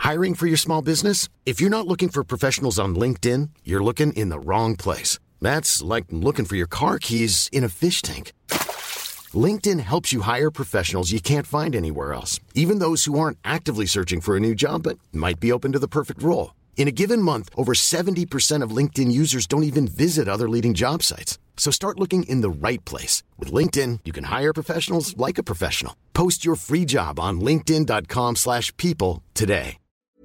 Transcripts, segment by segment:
Hiring for your small business? If you're not looking for professionals on LinkedIn, you're looking in the wrong place. That's like looking for your car keys in a fish tank. LinkedIn helps you hire professionals you can't find anywhere else, even those who aren't actively searching for a new job but might be open to the perfect role. In a given month, over 70% of LinkedIn users don't even visit other leading job sites. So start looking in the right place. With LinkedIn, you can hire professionals like a professional. Post your free job on linkedin.com/people today.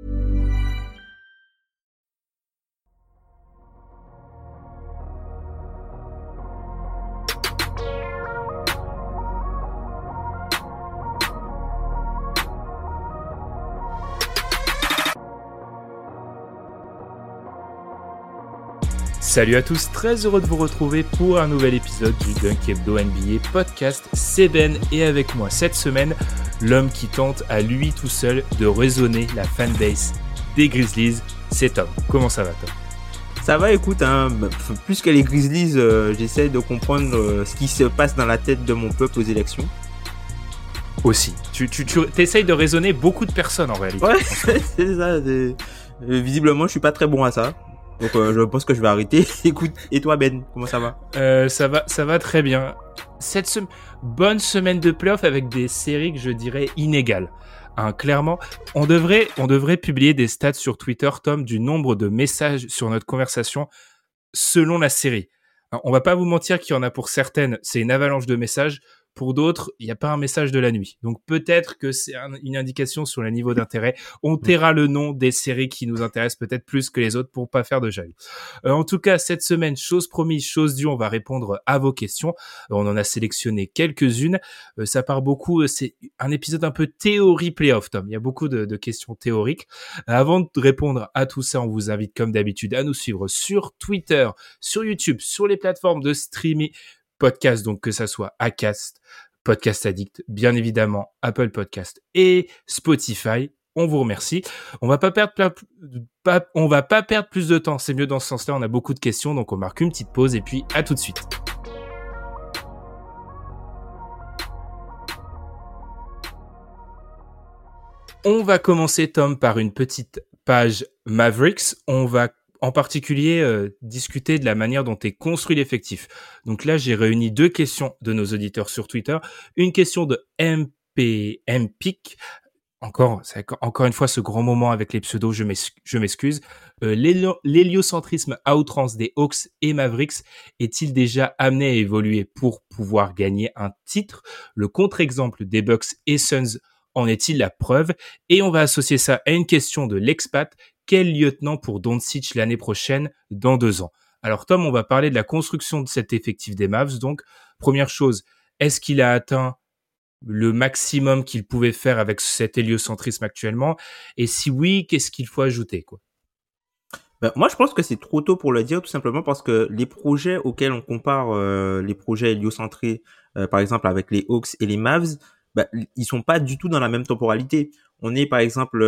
Salut à tous, très heureux de vous retrouver pour un nouvel épisode du Dunk Hebdo NBA podcast. C'est Ben et avec moi cette semaine, l'homme qui tente à lui tout seul de raisonner la fanbase des Grizzlies, c'est Tom. Comment ça va, Tom? Ça va, écoute, plus que les Grizzlies, j'essaie de comprendre ce qui se passe dans la tête de mon peuple aux élections. Aussi, tu essayes de raisonner beaucoup de personnes en réalité. Ouais, c'est ça. Visiblement, je suis pas très bon à ça. Donc je pense que je vais arrêter. Écoute, et toi Ben, comment ça va? Ça va très bien. Cette bonne semaine de playoff avec des séries que je dirais inégales. Clairement, on devrait publier des stats sur Twitter, Tom, du nombre de messages sur notre conversation selon la série. Alors, on va pas vous mentir qu'il y en a pour certaines, c'est une avalanche de messages. Pour d'autres, il n'y a pas un message de la nuit. Donc peut-être que c'est une indication sur le niveau d'intérêt. On taira le nom des séries qui nous intéressent peut-être plus que les autres pour pas faire de jaloux. En tout cas, cette semaine, chose promise, chose due, on va répondre à vos questions. On en a sélectionné quelques-unes. Ça part beaucoup, c'est un épisode un peu théorie playoff, Tom. Il y a beaucoup de questions théoriques. Avant de répondre à tout ça, on vous invite comme d'habitude à nous suivre sur Twitter, sur YouTube, sur les plateformes de streaming podcast, donc que ça soit Acast, Podcast Addict, bien évidemment Apple Podcast et Spotify. On vous remercie. On va pas perdre plus de temps. C'est mieux dans ce sens-là. On a beaucoup de questions, donc on marque une petite pause et puis à tout de suite. On va commencer, Tom, par une petite page Mavericks. On va en particulier discuter de la manière dont est construit l'effectif. Donc là, j'ai réuni deux questions de nos auditeurs sur Twitter. Une question de MPIC. Encore une fois, ce grand moment avec les pseudos, je m'excuse. L'héliocentrisme à outrance des Hawks et Mavericks est-il déjà amené à évoluer pour pouvoir gagner un titre? Le contre-exemple des Bucks et Suns en est-il la preuve? Et on va associer ça à une question de l'expat. Quel lieutenant pour Doncic l'année prochaine, dans 2 ans? Alors Tom, on va parler de la construction de cet effectif des Mavs. Donc, première chose, est-ce qu'il a atteint le maximum qu'il pouvait faire avec cet héliocentrisme actuellement? Et si oui, qu'est-ce qu'il faut ajouter, quoi? Moi, je pense que c'est trop tôt pour le dire, tout simplement parce que les projets auxquels on compare les projets héliocentrés, par exemple avec les Hawks et les Mavs, ils sont pas du tout dans la même temporalité. On est par exemple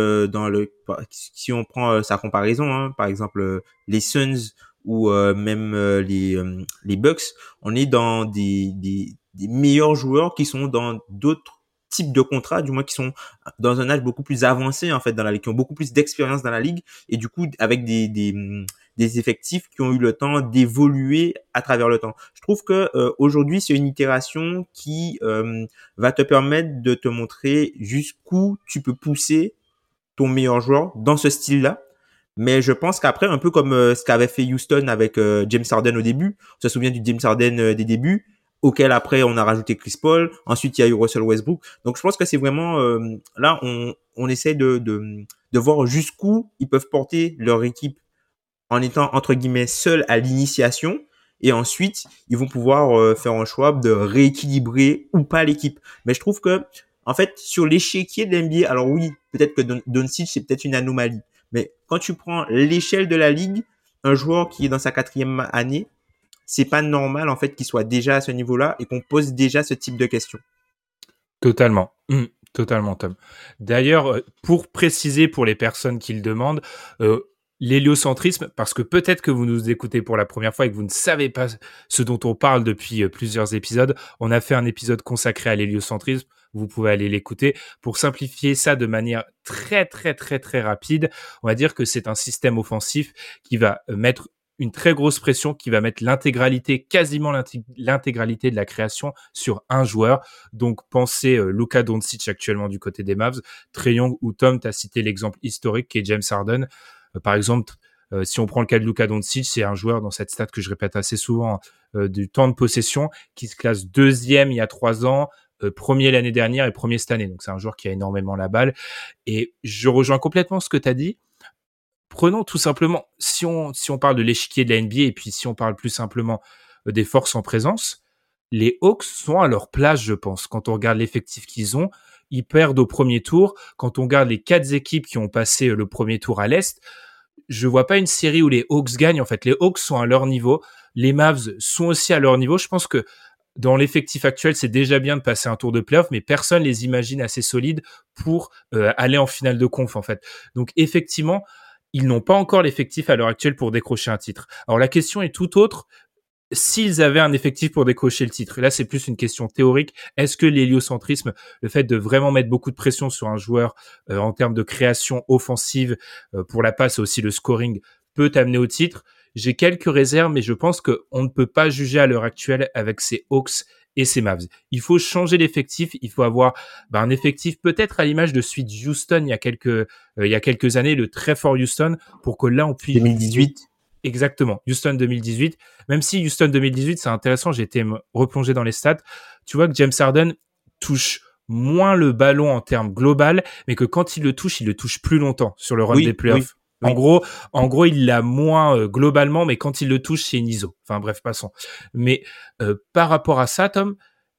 si on prend sa comparaison, hein, par exemple les Suns ou même les Bucks, on est dans des meilleurs joueurs qui sont dans d'autres types de contrats, du moins qui sont dans un âge beaucoup plus avancé en fait dans la ligue, qui ont beaucoup plus d'expérience dans la ligue et du coup avec des effectifs qui ont eu le temps d'évoluer à travers le temps. Je trouve que aujourd'hui c'est une itération qui va te permettre de te montrer jusqu'où tu peux pousser ton meilleur joueur dans ce style-là. Mais je pense qu'après, un peu comme ce qu'avait fait Houston avec James Harden au début, on se souvient du James Harden des débuts, auquel après on a rajouté Chris Paul, ensuite il y a eu Russell Westbrook. Donc je pense que c'est vraiment là on essaie de voir jusqu'où ils peuvent porter leur équipe en étant entre guillemets seuls à l'initiation, et ensuite ils vont pouvoir faire un choix de rééquilibrer ou pas l'équipe. Mais je trouve que en fait sur l'échiquier de l'NBA, alors oui, peut-être que Doncic c'est peut-être une anomalie, mais quand tu prends l'échelle de la ligue, un joueur qui est dans sa 4e année, c'est pas normal en fait qu'il soit déjà à ce niveau-là et qu'on pose déjà ce type de questions. Totalement. Totalement, Tom. D'ailleurs, pour préciser pour les personnes qui le demandent, l'héliocentrisme, parce que peut-être que vous nous écoutez pour la première fois et que vous ne savez pas ce dont on parle depuis plusieurs épisodes, on a fait un épisode consacré à l'héliocentrisme. vous pouvez aller l'écouter. Pour simplifier ça de manière très, très, très, très rapide, on va dire que c'est un système offensif qui va mettre une très grosse pression, qui va mettre quasiment l'intégralité de la création sur un joueur. Donc, pensez Luka Doncic actuellement du côté des Mavs, Trae Young ou Tom, t'as cité l'exemple historique qui est James Harden. Par exemple, si on prend le cas de Luka Doncic, c'est un joueur dans cette stat que je répète assez souvent, du temps de possession, qui se classe deuxième il y a 3 ans, premier l'année dernière et premier cette année. Donc, c'est un joueur qui a énormément la balle. Et je rejoins complètement ce que tu as dit. Prenons tout simplement, si on parle de l'échiquier de la NBA et puis si on parle plus simplement des forces en présence, les Hawks sont à leur place, je pense. Quand on regarde l'effectif qu'ils ont, ils perdent au premier tour. Quand on regarde les 4 équipes qui ont passé le premier tour à l'Est, je vois pas une série où les Hawks gagnent. En fait, les Hawks sont à leur niveau. Les Mavs sont aussi à leur niveau. Je pense que dans l'effectif actuel, c'est déjà bien de passer un tour de playoff, mais personne les imagine assez solides pour aller en finale de conf, en fait. Donc, effectivement, ils n'ont pas encore l'effectif à l'heure actuelle pour décrocher un titre. Alors, la question est tout autre. S'ils avaient un effectif pour décrocher le titre, là, c'est plus une question théorique. Est-ce que l'héliocentrisme, le fait de vraiment mettre beaucoup de pression sur un joueur en termes de création offensive pour la passe et aussi le scoring peut amener au titre? J'ai quelques réserves, mais je pense qu'on ne peut pas juger à l'heure actuelle avec ces Hawks et ces Mavs. Il faut changer l'effectif, il faut avoir un effectif peut-être à l'image de celui de Houston il y a quelques années, le très fort Houston, pour que là on puisse 2018. Exactement, Houston 2018. Même si Houston 2018, c'est intéressant, j'ai été replongé dans les stats. Tu vois que James Harden touche moins le ballon en termes global, mais que quand il le touche plus longtemps sur le run des playoffs. Oui. En gros, il l'a moins globalement, mais quand il le touche, c'est une ISO. Enfin bref, passons. Mais par rapport à ça, Tom,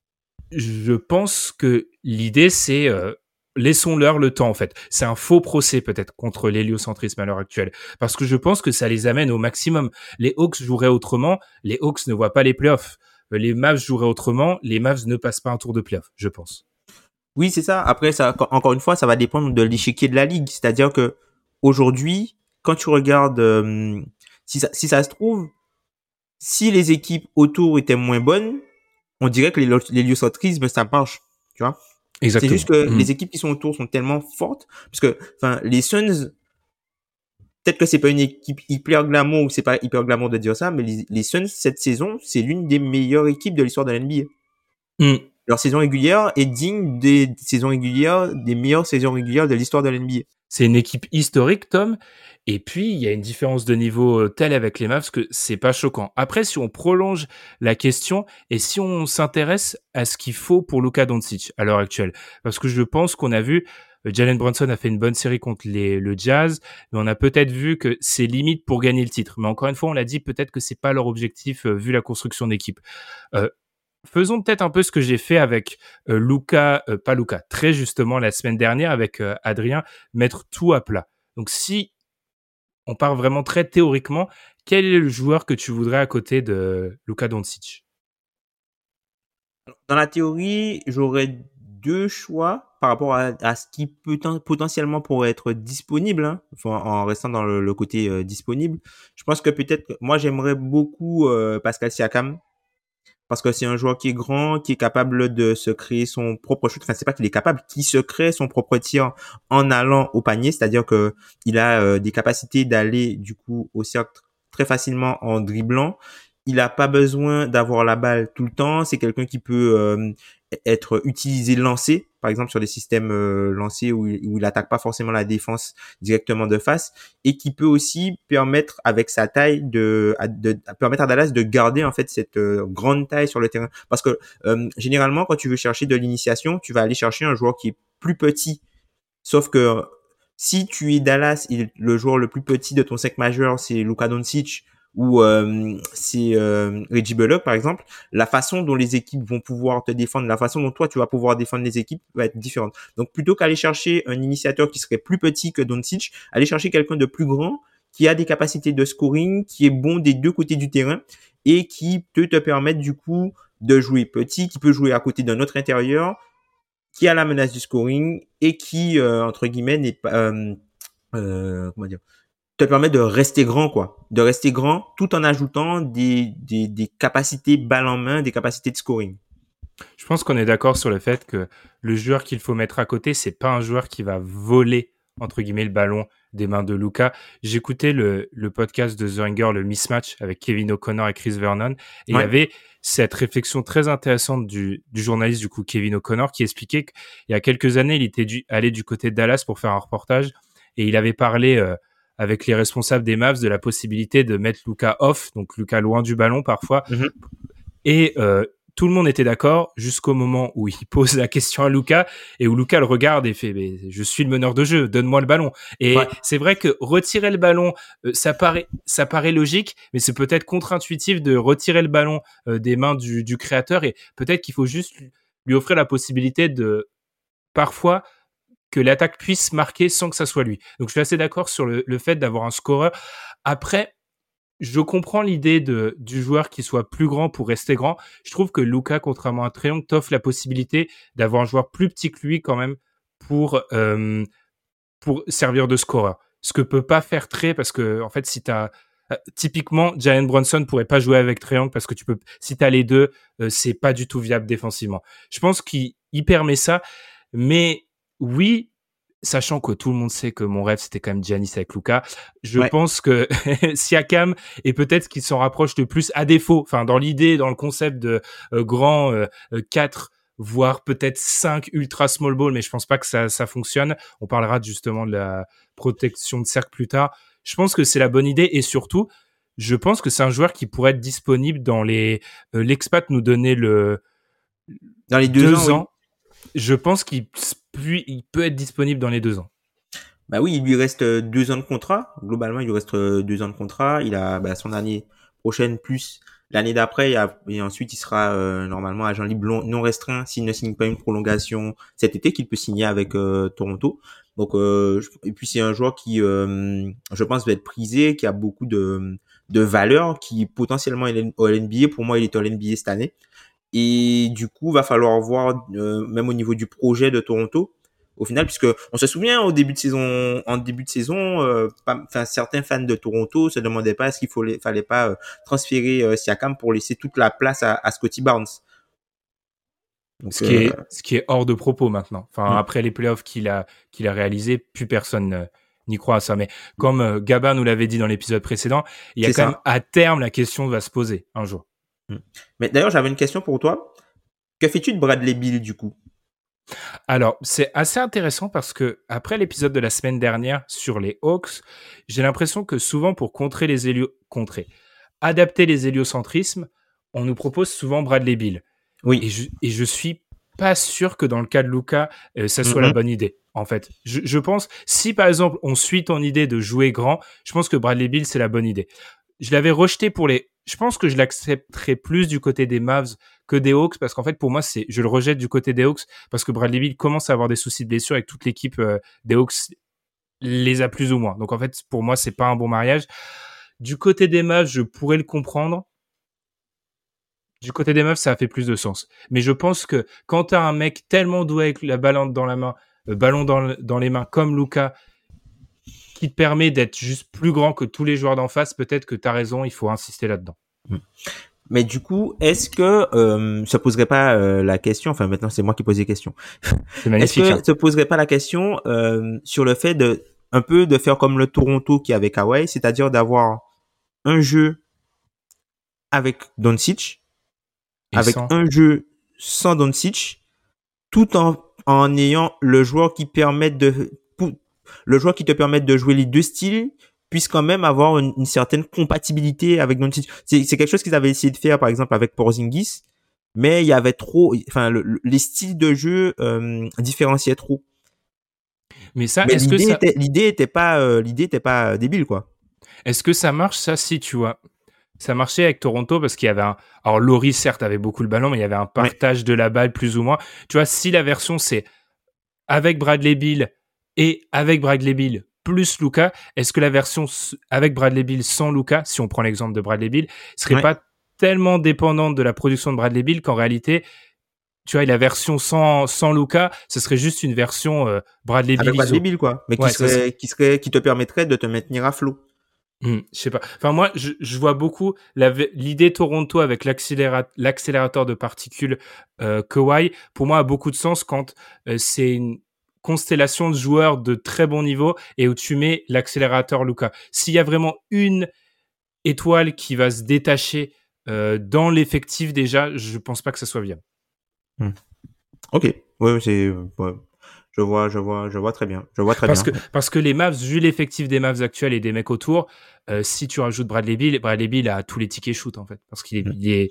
je pense que l'idée, c'est laissons-leur le temps, en fait. C'est un faux procès, peut-être, contre l'héliocentrisme à l'heure actuelle. Parce que je pense que ça les amène au maximum. Les Hawks joueraient autrement. Les Hawks ne voient pas les playoffs. Les Mavs joueraient autrement. Les Mavs ne passent pas un tour de playoff, je pense. Oui, c'est ça. Après, ça, encore une fois, ça va dépendre de l'échiquier de la ligue. C'est-à-dire que aujourd'hui, quand tu regardes, si ça se trouve, si les équipes autour étaient moins bonnes, on dirait que l'héliocentrisme, ça marche. Tu vois? Exactement. C'est juste que les équipes qui sont autour sont tellement fortes, parce que, enfin, les Suns, peut-être que c'est pas une équipe hyper glamour ou c'est pas hyper glamour de dire ça, mais les Suns, cette saison, c'est l'une des meilleures équipes de l'histoire de la NBA. Leur saison régulière est digne des meilleures saisons régulières de l'histoire de la NBA. C'est une équipe historique, Tom. Et puis, il y a une différence de niveau telle avec les Mavs que c'est pas choquant. Après, si on prolonge la question et si on s'intéresse à ce qu'il faut pour Luka Doncic à l'heure actuelle, parce que je pense qu'on a vu Jalen Brunson a fait une bonne série contre le Jazz, mais on a peut-être vu que c'est limite pour gagner le titre. Mais encore une fois, on l'a dit, peut-être que c'est pas leur objectif vu la construction d'équipe. Faisons peut-être un peu ce que j'ai fait avec très justement la semaine dernière avec Adrien, mettre tout à plat. Donc si on part vraiment très théoriquement, quel est le joueur que tu voudrais à côté de Luka Doncic? Dans la théorie, j'aurais 2 choix par rapport à ce qui potentiellement pourrait être disponible, hein, en restant dans le côté disponible. Je pense que peut-être, moi j'aimerais beaucoup Pascal Siakam, parce que c'est un joueur qui est grand, qui est capable de se créer son propre shoot. Enfin, c'est pas qu'il est capable, qui se crée son propre tir en allant au panier. C'est-à-dire que il a des capacités d'aller du coup au cercle très facilement en dribblant. Il a pas besoin d'avoir la balle tout le temps. C'est quelqu'un qui peut être utilisé lancé, par exemple sur des systèmes lancés où il attaque pas forcément la défense directement de face, et qui peut aussi permettre avec sa taille de permettre à Dallas de garder en fait cette grande taille sur le terrain, parce que généralement quand tu veux chercher de l'initiation, tu vas aller chercher un joueur qui est plus petit, sauf que si tu es Dallas et le joueur le plus petit de ton 5 majeur c'est Luka Doncic ou c'est Reggie Bullock par exemple, la façon dont les équipes vont pouvoir te défendre, la façon dont toi tu vas pouvoir défendre les équipes va être différente. Donc plutôt qu'aller chercher un initiateur qui serait plus petit que Doncic, aller chercher quelqu'un de plus grand qui a des capacités de scoring, qui est bon des deux côtés du terrain et qui peut te permettre du coup de jouer petit, qui peut jouer à côté d'un autre intérieur, qui a la menace du scoring et qui entre guillemets n'est pas comment dire, te permet de rester grand, quoi. De rester grand tout en ajoutant des capacités balle en main, des capacités de scoring. Je pense qu'on est d'accord sur le fait que le joueur qu'il faut mettre à côté, c'est pas un joueur qui va voler entre guillemets le ballon des mains de Luka. J'écoutais le podcast de The Ringer, le mismatch avec Kevin O'Connor et Chris Vernon, et il y avait cette réflexion très intéressante du journaliste du coup Kevin O'Connor qui expliquait qu'il y a quelques années, il était allé du côté de Dallas pour faire un reportage et il avait parlé avec les responsables des Mavs de la possibilité de mettre Luka off, donc Luka loin du ballon parfois, et tout le monde était d'accord jusqu'au moment où il pose la question à Luka et où Luka le regarde et fait mais je suis le meneur de jeu, donne-moi le ballon. Et c'est vrai que retirer le ballon, ça paraît logique, mais c'est peut-être contre-intuitif de retirer le ballon des mains du créateur et peut-être qu'il faut juste lui offrir la possibilité de parfois que l'attaque puisse marquer sans que ça soit lui. Donc je suis assez d'accord sur le fait d'avoir un scoreur. Après, je comprends l'idée du joueur qui soit plus grand pour rester grand. Je trouve que Luka, contrairement à Trae Young, t'offre la possibilité d'avoir un joueur plus petit que lui quand même pour servir de scoreur. Ce que peut pas faire Trae parce que en fait, si t'as typiquement Jalen Brunson pourrait pas jouer avec Trae Young parce que si t'as les deux, c'est pas du tout viable défensivement. Je pense qu'il permet ça, mais oui. Sachant que tout le monde sait que mon rêve c'était quand même Giannis avec Luka, je pense que Siakam est peut-être qu'il s'en rapproche le plus à défaut, enfin dans l'idée, dans le concept de grand 4 voire peut-être 5 ultra small ball, mais je pense pas que ça fonctionne. On parlera justement de la protection de cercle plus tard. Je pense que c'est la bonne idée et surtout, je pense que c'est un joueur qui pourrait être disponible dans les l'expat nous donnait dans les 2 ans. Je pense qu'il peut être disponible dans les 2 ans. Bah oui, il lui reste 2 ans de contrat. Globalement, il lui reste 2 ans de contrat. Il a son année prochaine plus l'année d'après et ensuite il sera normalement agent libre non restreint s'il ne signe pas une prolongation cet été qu'il peut signer avec Toronto. Donc et puis c'est un joueur qui je pense va être prisé, qui a beaucoup de valeur, qui potentiellement est au NBA. Pour moi, il est au NBA cette année. Et du coup, va falloir voir même au niveau du projet de Toronto au final, puisque on se souvient en début de saison, certains fans de Toronto se demandaient pas est-ce qu'il fallait pas transférer Siakam pour laisser toute la place à Scottie Barnes. Donc, ce qui est hors de propos maintenant. Enfin, après les playoffs qu'il a réalisé, plus personne n'y croit à ça. Mais comme Gaba nous l'avait dit dans l'épisode précédent, il y a quand même à terme la question va se poser un jour. Mais d'ailleurs, j'avais une question pour toi. Que fais-tu de Bradley Beal du coup? Alors, c'est assez intéressant parce que après l'épisode de la semaine dernière sur les Hawks, j'ai l'impression que souvent pour adapter les héliocentrismes, on nous propose souvent Bradley Beal. Oui. Et je suis pas sûr que dans le cas de Luka, ça soit la bonne idée. En fait, je pense, si par exemple on suit ton idée de jouer grand, je pense que Bradley Beal c'est la bonne idée. Je l'avais rejeté je pense que je l'accepterais plus du côté des Mavs que des Hawks parce qu'en fait pour moi je le rejette du côté des Hawks parce que Bradley Beal commence à avoir des soucis de blessure et que toute l'équipe des Hawks les a plus ou moins. Donc en fait pour moi c'est pas un bon mariage. Du côté des Mavs je pourrais le comprendre. Du côté des Mavs ça a fait plus de sens. Mais je pense que quand t'as un mec tellement doué avec la balle dans la main, ballon dans les mains comme Luka, qui te permet d'être juste plus grand que tous les joueurs d'en face, peut-être que tu as raison, il faut insister là-dedans. Mais du coup, est-ce que ça poserait pas la question, enfin maintenant c'est moi qui pose les questions. C'est magnifique. Est-ce que ça poserait pas la question sur le fait de faire comme le Toronto qui est avec Kawhi, c'est-à-dire d'avoir un jeu avec Doncic, avec un jeu sans Doncic, tout en ayant le joueur qui te permette de jouer les deux styles puisse quand même avoir une certaine compatibilité avec Doncic. C'est quelque chose qu'ils avaient essayé de faire par exemple avec Porzingis, mais il y avait les styles de jeu différenciaient trop. Mais ça, l'idée était pas débile quoi. Est-ce que ça marche ça si tu vois? Ça marchait avec Toronto parce qu'il y avait alors Laurie certes avait beaucoup le ballon mais il y avait un partage de la balle plus ou moins. Tu vois, si la version c'est avec Bradley Beal et avec Bradley Beal plus Luka, est-ce que la version avec Bradley Beal sans Luka, si on prend l'exemple de Bradley Beal, serait pas tellement dépendante de la production de Bradley Beal qu'en réalité, tu vois, la version sans Luka, ce serait juste une version Bradley Beal. Avec Bradley Beal quoi, mais qui te permettrait de te maintenir à flot. Je sais pas. Enfin, moi, je vois beaucoup l'idée Toronto avec l'accélérateur de particules Kawhi. Pour moi, a beaucoup de sens quand c'est une constellation de joueurs de très bon niveau et où tu mets l'accélérateur Luka. S'il y a vraiment une étoile qui va se détacher dans l'effectif déjà, je pense pas que ça soit viable. Ok, ouais, ouais. Je vois très bien. Parce que les Mavs, vu l'effectif des Mavs actuels et des mecs autour, si tu rajoutes Bradley Beal a tous les tickets shoot en fait, parce il est,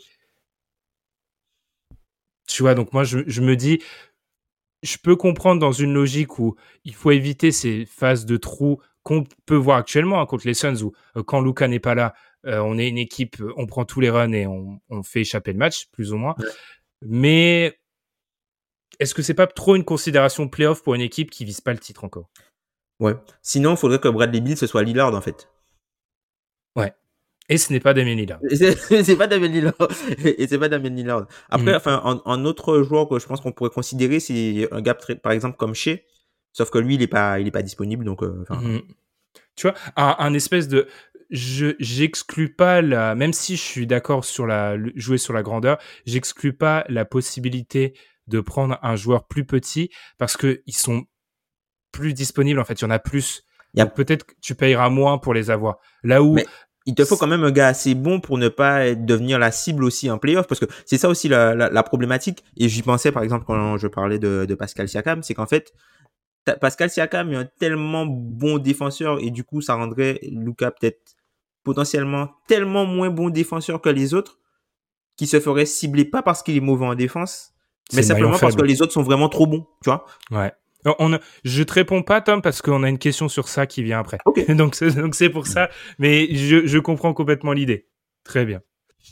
tu vois. Donc moi, je me dis, je peux comprendre dans une logique où il faut éviter ces phases de trous qu'on peut voir actuellement hein, contre les Suns où quand Luka n'est pas là, on est une équipe, on prend tous les runs et on fait échapper le match plus ou moins. Ouais. Mais est-ce que c'est pas trop une considération playoff pour une équipe qui vise pas le titre encore? Ouais. Sinon, il faudrait que Bradley Beal ce soit Lillard en fait. Ouais. Et ce n'est pas Damian Lillard. C'est pas Damian Lillard. Et c'est pas Damian Lillard. Après, un autre joueur que je pense qu'on pourrait considérer, c'est un gars par exemple comme Shea. Sauf que lui, il est pas disponible, donc. Tu vois, un espèce de, j'exclus pas même si je suis d'accord sur jouer sur la grandeur, j'exclus pas la possibilité de prendre un joueur plus petit parce que ils sont plus disponibles. En fait, il y en a plus. Donc peut-être que tu payeras moins pour les avoir. Là où. Mais il te faut quand même un gars assez bon pour ne pas devenir la cible aussi en playoff, parce que c'est ça aussi la problématique. Et j'y pensais par exemple quand je parlais de Pascal Siakam, c'est qu'en fait, Pascal Siakam est un tellement bon défenseur et du coup ça rendrait Luka peut-être potentiellement tellement moins bon défenseur que les autres, qui se ferait cibler pas parce qu'il est mauvais en défense, mais simplement parce que les autres sont vraiment trop bons, tu vois. Ouais. Je te réponds pas, Tom, parce qu'on a une question sur ça qui vient après. Okay. donc c'est pour ça, mais je comprends complètement l'idée. Très bien.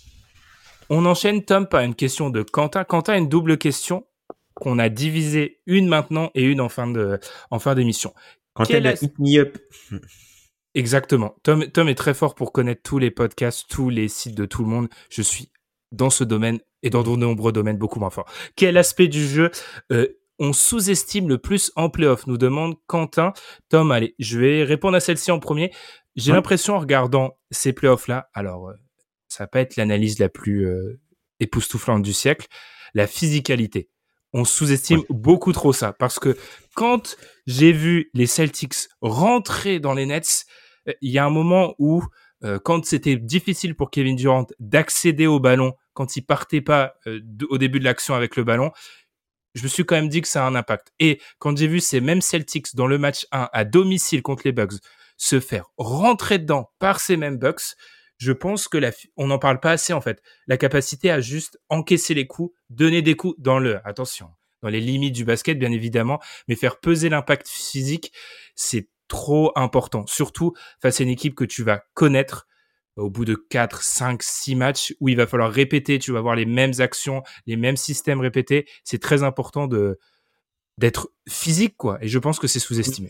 On enchaîne, Tom, par une question de Quentin. Quentin a une double question qu'on a divisée, une maintenant et une en fin d'émission. Quentin hit me up. Exactement. Tom est très fort pour connaître tous les podcasts, tous les sites de tout le monde. Je suis dans ce domaine et dans de nombreux domaines beaucoup moins fort. Quel aspect du jeu on sous-estime le plus en playoff, nous demande Quentin. Tom, allez, je vais répondre à celle-ci en premier. J'ai l'impression en regardant ces playoffs-là, alors ça va pas être l'analyse la plus époustouflante du siècle, la physicalité. On sous-estime beaucoup trop ça, parce que quand j'ai vu les Celtics rentrer dans les Nets, il y a un moment où quand c'était difficile pour Kevin Durant d'accéder au ballon, quand il partait pas au début de l'action avec le ballon, je me suis quand même dit que ça a un impact. Et quand j'ai vu ces mêmes Celtics dans le match 1 à domicile contre les Bucks se faire rentrer dedans par ces mêmes Bucks, je pense que on n'en parle pas assez en fait. La capacité à juste encaisser les coups, donner des coups dans les limites du basket bien évidemment, mais faire peser l'impact physique, c'est trop important. Surtout face à une équipe que tu vas connaître au bout de 4, 5, 6 matchs où il va falloir répéter, tu vas avoir les mêmes actions, les mêmes systèmes répétés. C'est très important d'être physique, quoi. Et je pense que c'est sous-estimé.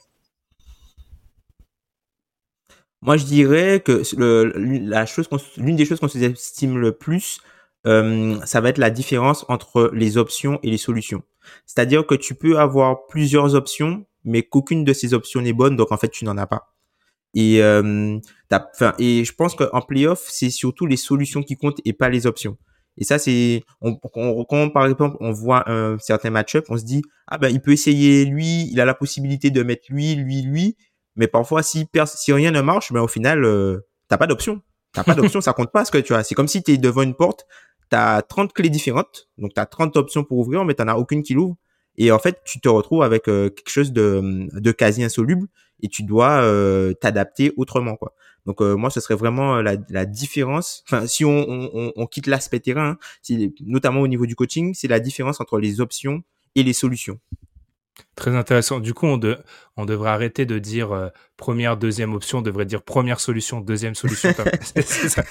Moi, je dirais que l'une des choses qu'on sous-estime le plus, ça va être la différence entre les options et les solutions. C'est-à-dire que tu peux avoir plusieurs options, mais qu'aucune de ces options n'est bonne, donc en fait, tu n'en as pas. Et et je pense qu'en playoff, c'est surtout les solutions qui comptent et pas les options. Et ça, c'est quand par exemple on voit un certain match-up, on se dit il peut essayer lui, il a la possibilité de mettre lui, mais parfois si rien ne marche, au final t'as pas d'option. Ça compte pas, ce que tu as. C'est comme si tu es devant une porte, t'as 30 clés différentes, donc t'as 30 options pour ouvrir, mais t'en as aucune qui l'ouvre. Et en fait, tu te retrouves avec quelque chose de quasi insoluble et tu dois t'adapter autrement, quoi. Donc moi, ce serait vraiment la différence. Enfin, si on quitte l'aspect terrain, notamment au niveau du coaching, c'est la différence entre les options et les solutions. Très intéressant. Du coup, on devrait arrêter de dire première, deuxième option. On devrait dire première solution, deuxième solution. C'est ça.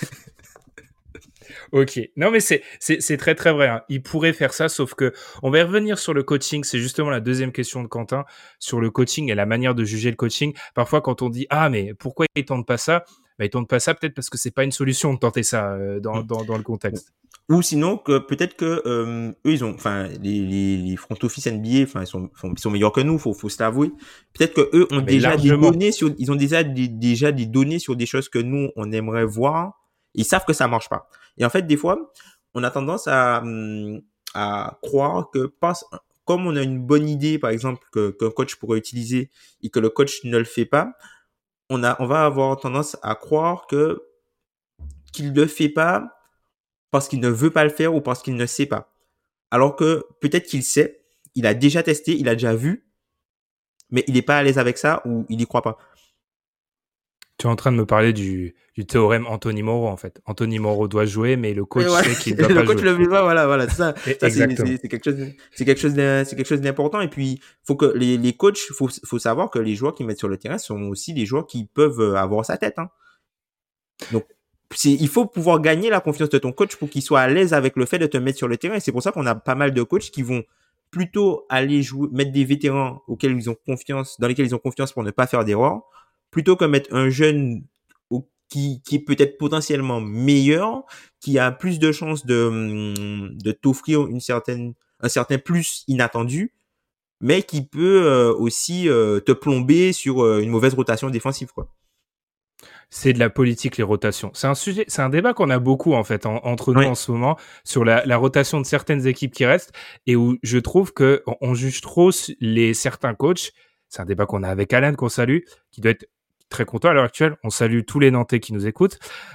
Ok. Non, mais c'est très, très vrai. Hein. Il pourrait faire ça, sauf que on va y revenir sur le coaching. C'est justement la deuxième question de Quentin sur le coaching et la manière de juger le coaching. Parfois, quand on dit, mais pourquoi il tente pas ça? bah, ils tentent pas ça peut-être parce que c'est pas une solution de tenter ça dans le contexte. Ou sinon que peut-être que eux ils ont, enfin les front office NBA, enfin ils sont meilleurs que nous, faut se l'avouer. Peut-être que eux ont déjà largement. des données sur, ils ont déjà des données sur des choses que nous on aimerait voir. Ils savent que ça marche pas. Et en fait des fois on a tendance à croire que comme on a une bonne idée par exemple qu'un coach pourrait utiliser et que le coach ne le fait pas, on va avoir tendance à croire que qu'il le fait pas parce qu'il ne veut pas le faire ou parce qu'il ne sait pas. Alors que peut-être qu'il sait, il a déjà testé, il a déjà vu, mais il n'est pas à l'aise avec ça ou il y croit pas. Tu es en train de me parler du théorème Anthony Morrow, en fait. Anthony Morrow doit jouer, mais le coach sait qu'il doit pas jouer. Le coach le veut pas, voilà, c'est ça. Exactement. C'est quelque chose d'important. Et puis, faut que les coachs, faut savoir que les joueurs qui mettent sur le terrain sont aussi des joueurs qui peuvent avoir sa tête, hein. Donc, il faut pouvoir gagner la confiance de ton coach pour qu'il soit à l'aise avec le fait de te mettre sur le terrain. Et c'est pour ça qu'on a pas mal de coachs qui vont plutôt aller mettre des vétérans dans lesquels ils ont confiance pour ne pas faire d'erreur, plutôt que mettre un jeune qui est peut-être potentiellement meilleur, qui a plus de chances de t'offrir un certain plus inattendu, mais qui peut aussi te plomber sur une mauvaise rotation défensive, quoi. C'est de la politique, les rotations. C'est un débat qu'on a beaucoup, en fait, entre nous en ce moment, sur la rotation de certaines équipes qui restent, et où je trouve que on juge trop certains coachs. C'est un débat qu'on a avec Alan, qu'on salue, qui doit être très content à l'heure actuelle. On salue tous les Nantais qui nous écoutent.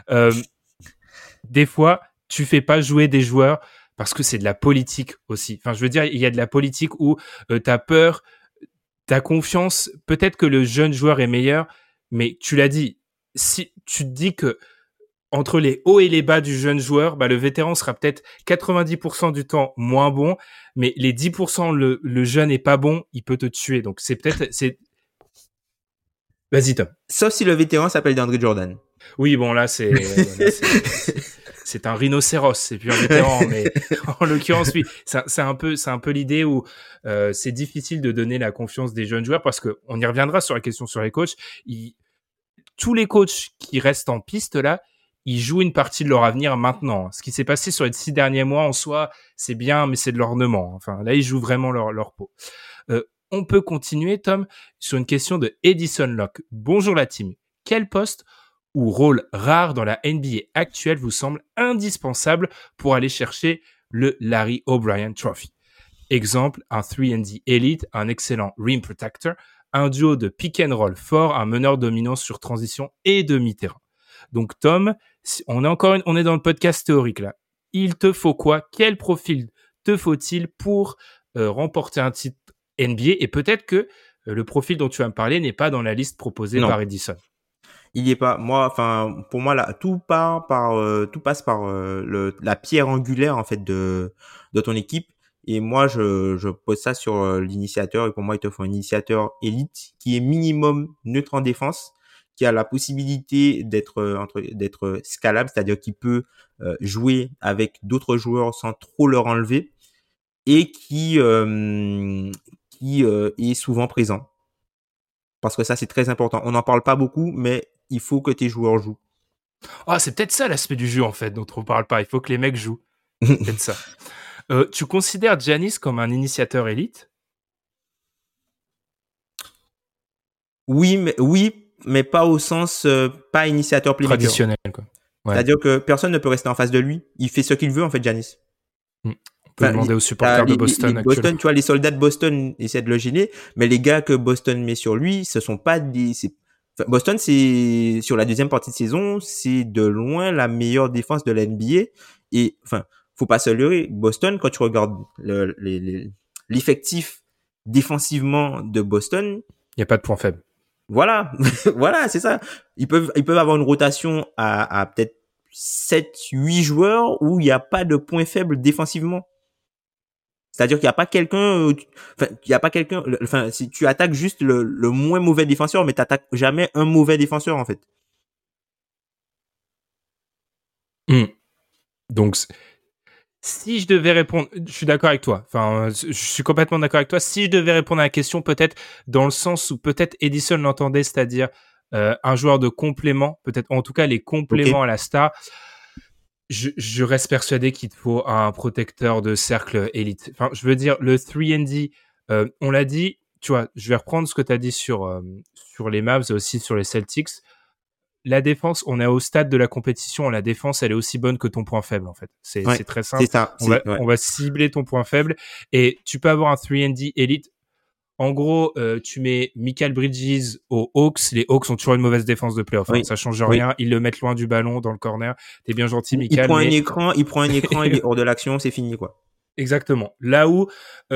Des fois, tu fais pas jouer des joueurs parce que c'est de la politique aussi. Enfin, je veux dire, il y a de la politique où t'as peur, t'as confiance. Peut-être que le jeune joueur est meilleur, mais tu l'as dit, si tu te dis que entre les hauts et les bas du jeune joueur, bah, le vétéran sera peut-être 90% du temps moins bon, mais les 10% le jeune est pas bon, il peut te tuer. Donc Vas-y, Tom. Sauf si le vétéran s'appelle DeAndre Jordan. Oui, bon, là, c'est un rhinocéros, c'est plus un vétéran, mais en l'occurrence, oui, c'est un peu l'idée où c'est difficile de donner la confiance des jeunes joueurs parce que on y reviendra sur la question sur les coachs. Tous les coachs qui restent en piste là, ils jouent une partie de leur avenir maintenant. Ce qui s'est passé sur les 6 derniers mois en soi, c'est bien, mais c'est de l'ornement. Enfin, là, ils jouent vraiment leur peau. On peut continuer, Tom, sur une question de Edison Locke. Bonjour la team. Quel poste ou rôle rare dans la NBA actuelle vous semble indispensable pour aller chercher le Larry O'Brien Trophy? Exemple, un 3&D Elite, un excellent rim protector, un duo de pick and roll fort, un meneur dominant sur transition et demi-terrain. Donc Tom, on est dans le podcast théorique là. Il te faut quoi? Quel profil te faut-il pour remporter un titre NBA? Et peut-être que le profil dont tu vas me parler n'est pas dans la liste proposée par Edison. Il y est pas. Pour moi là, tout passe par la pierre angulaire en fait de ton équipe. Et moi, je pose ça sur l'initiateur. Et pour moi, il te faut un initiateur élite qui est minimum neutre en défense, qui a la possibilité d'être scalable, c'est-à-dire qu'il peut jouer avec d'autres joueurs sans trop leur enlever, et qui est souvent présent. Parce que ça, c'est très important. On n'en parle pas beaucoup, mais il faut que tes joueurs jouent. Ah, c'est peut-être ça l'aspect du jeu, en fait, dont on ne parle pas. Il faut que les mecs jouent. C'est peut-être ça. Tu considères Giannis comme un initiateur élite? Oui, mais pas au sens pas initiateur playmaker. Traditionnel, quoi. Ouais. C'est-à-dire que personne ne peut rester en face de lui. Il fait ce qu'il veut, en fait, Giannis. On peut demander aux supporters de Boston Boston, tu vois, les soldats de Boston essaient de le gêner, mais les gars que Boston met sur lui, ce sont pas Boston, c'est sur la deuxième partie de saison, c'est de loin la meilleure défense de la NBA. Et faut pas se leurrer. Boston, quand tu regardes l'effectif défensivement de Boston, il y a pas de point faible. Voilà, voilà, c'est ça. Ils peuvent avoir une rotation à peut-être 7-8 joueurs où il n'y a pas de point faible défensivement. C'est-à-dire qu'il n'y a pas quelqu'un, si tu attaques juste le moins mauvais défenseur, mais t'attaques jamais un mauvais défenseur, en fait. Donc, si je devais répondre, je suis d'accord avec toi. Enfin, je suis complètement d'accord avec toi. Si je devais répondre à la question, peut-être dans le sens où peut-être Edison l'entendait, c'est-à-dire un joueur de complément, peut-être en tout cas les compléments à la star. Je reste persuadé qu'il te faut un protecteur de cercle élite. Enfin, je veux dire, le 3&D, on l'a dit, tu vois, je vais reprendre ce que tu as dit sur les Mavs et aussi sur les Celtics. La défense, on est au stade de la compétition, la défense, elle est aussi bonne que ton point faible, en fait. C'est très simple. C'est ça. On va cibler ton point faible et tu peux avoir un 3&D élite. En gros, tu mets Mikal Bridges aux Hawks. Les Hawks ont toujours une mauvaise défense de playoff. Oui. Hein. Ça change rien. Ils le mettent loin du ballon, dans le corner. T'es bien gentil, Mikal. Il prend un écran, il est hors de l'action, c'est fini, quoi. Exactement. Là où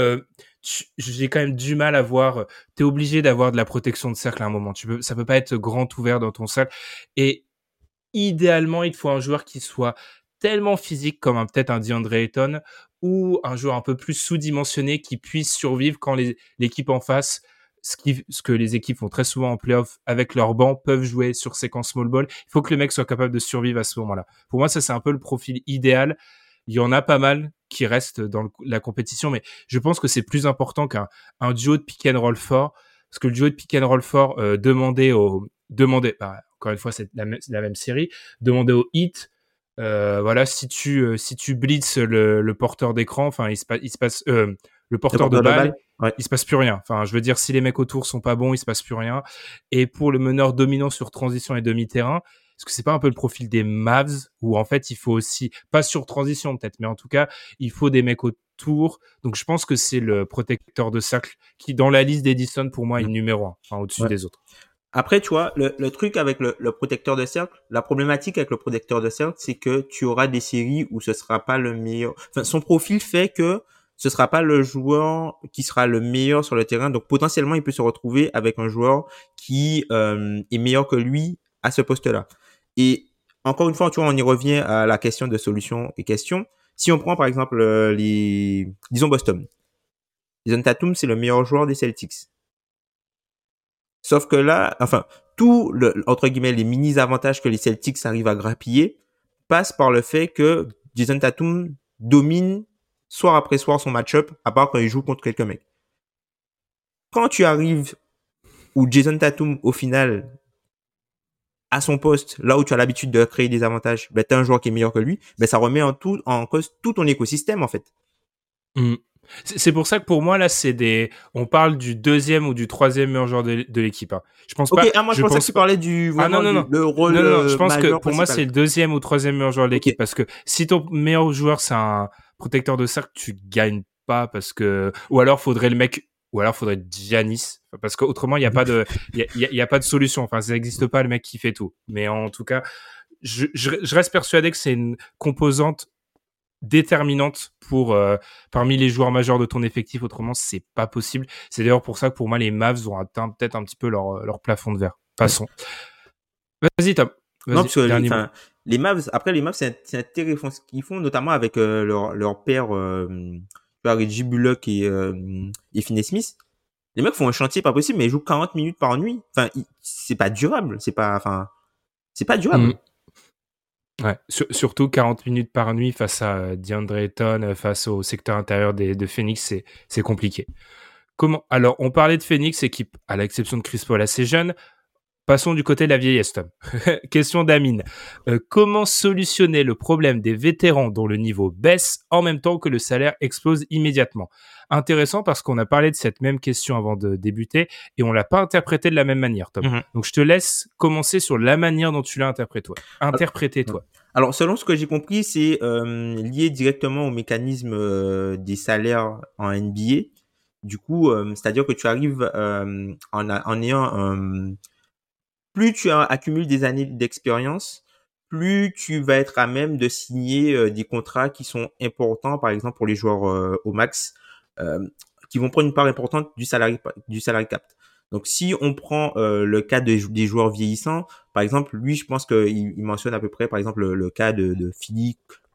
j'ai quand même du mal à voir. T'es obligé d'avoir de la protection de cercle à un moment. Ça peut pas être grand ouvert dans ton cercle. Et idéalement, il te faut un joueur qui soit tellement physique comme peut-être un DeAndre Ayton ou un joueur un peu plus sous-dimensionné qui puisse survivre quand l'équipe en face, ce que les équipes font très souvent en playoff avec leur banc, peuvent jouer sur séquence small ball. Il faut que le mec soit capable de survivre à ce moment-là. Pour moi, ça, c'est un peu le profil idéal. Il y en a pas mal qui restent dans la compétition, mais je pense que c'est plus important qu'un duo de pick and roll fort, parce que le duo de pick and roll fort demandait encore une fois, c'est la même série, demander au Heat, voilà, si tu blitzes le porteur d'écran, enfin, il se passe le porteur de balle, ouais. Il se passe plus rien. Enfin, je veux dire, si les mecs autour sont pas bons, il se passe plus rien. Et pour le meneur dominant sur transition et demi-terrain, est-ce que c'est pas un peu le profil des Mavs où en fait il faut aussi, pas sur transition peut-être, mais en tout cas il faut des mecs autour. Donc je pense que c'est le protecteur de cercle qui dans la liste d'Edison pour moi est numéro 1, enfin au-dessus des autres. Après, tu vois, le truc avec le protecteur de cercle, la problématique avec le protecteur de cercle, c'est que tu auras des séries où ce sera pas le meilleur. Enfin, son profil fait que ce sera pas le joueur qui sera le meilleur sur le terrain. Donc, potentiellement, il peut se retrouver avec un joueur qui est meilleur que lui à ce poste-là. Et encore une fois, tu vois, on y revient à la question de solution et question. Si on prend, par exemple, disons Boston. Jason Tatum, c'est le meilleur joueur des Celtics. Sauf que là, enfin, entre guillemets, les mini-avantages que les Celtics arrivent à grappiller passent par le fait que Jason Tatum domine soir après soir son match-up, à part quand il joue contre quelques mecs. Quand tu arrives où Jason Tatum, au final, à son poste, là où tu as l'habitude de créer des avantages, ben, t'as un joueur qui est meilleur que lui, ben, ça remet en cause tout ton écosystème, en fait. C'est pour ça que pour moi là on parle du deuxième ou du troisième meilleur joueur de l'équipe. Hein. Je pense pas. Moi je pensais que tu parlais du le rôle. Non, je pense que pour moi c'est le deuxième ou troisième meilleur joueur de l'équipe parce que si ton meilleur joueur c'est un protecteur de cercle, tu gagnes pas parce que ou alors faudrait Giannis parce qu'autrement il y a pas de y a pas de solution. Enfin ça n'existe pas le mec qui fait tout. Mais en tout cas je reste persuadé que c'est une composante déterminante pour parmi les joueurs majeurs de ton effectif, autrement c'est pas possible. C'est d'ailleurs pour ça que pour moi les Mavs ont atteint peut-être un petit peu leur plafond de verre. Passons. Vas-y Tom. Non, parce que les Mavs, c'est intéressant ce qu'ils font, notamment avec leur père Reggie Bullock et Finney Smith. Les mecs font un chantier pas possible, mais ils jouent 40 minutes par nuit. Enfin, c'est pas durable, c'est pas durable. Ouais, surtout 40 minutes par nuit face à DeAndre Ayton, face au secteur intérieur de Phoenix, c'est compliqué. Alors, on parlait de Phoenix, équipe à l'exception de Chris Paul assez jeune. Passons du côté de la vieillesse, Tom. Question d'Amine. Comment solutionner le problème des vétérans dont le niveau baisse en même temps que le salaire explose immédiatement? Intéressant parce qu'on a parlé de cette même question avant de débuter et on l'a pas interprété de la même manière, Tom. Donc je te laisse commencer sur la manière dont tu l'as interprété, toi. Alors selon ce que j'ai compris, c'est lié directement au mécanisme des salaires en NBA. Du coup, c'est-à-dire que tu arrives en ayant plus tu accumules des années d'expérience, plus tu vas être à même de signer des contrats qui sont importants, par exemple pour les joueurs au max, qui vont prendre une part importante du salary cap. Donc si on prend le cas des joueurs vieillissants, par exemple, lui, je pense qu'il mentionne à peu près, par exemple, le cas de Philly,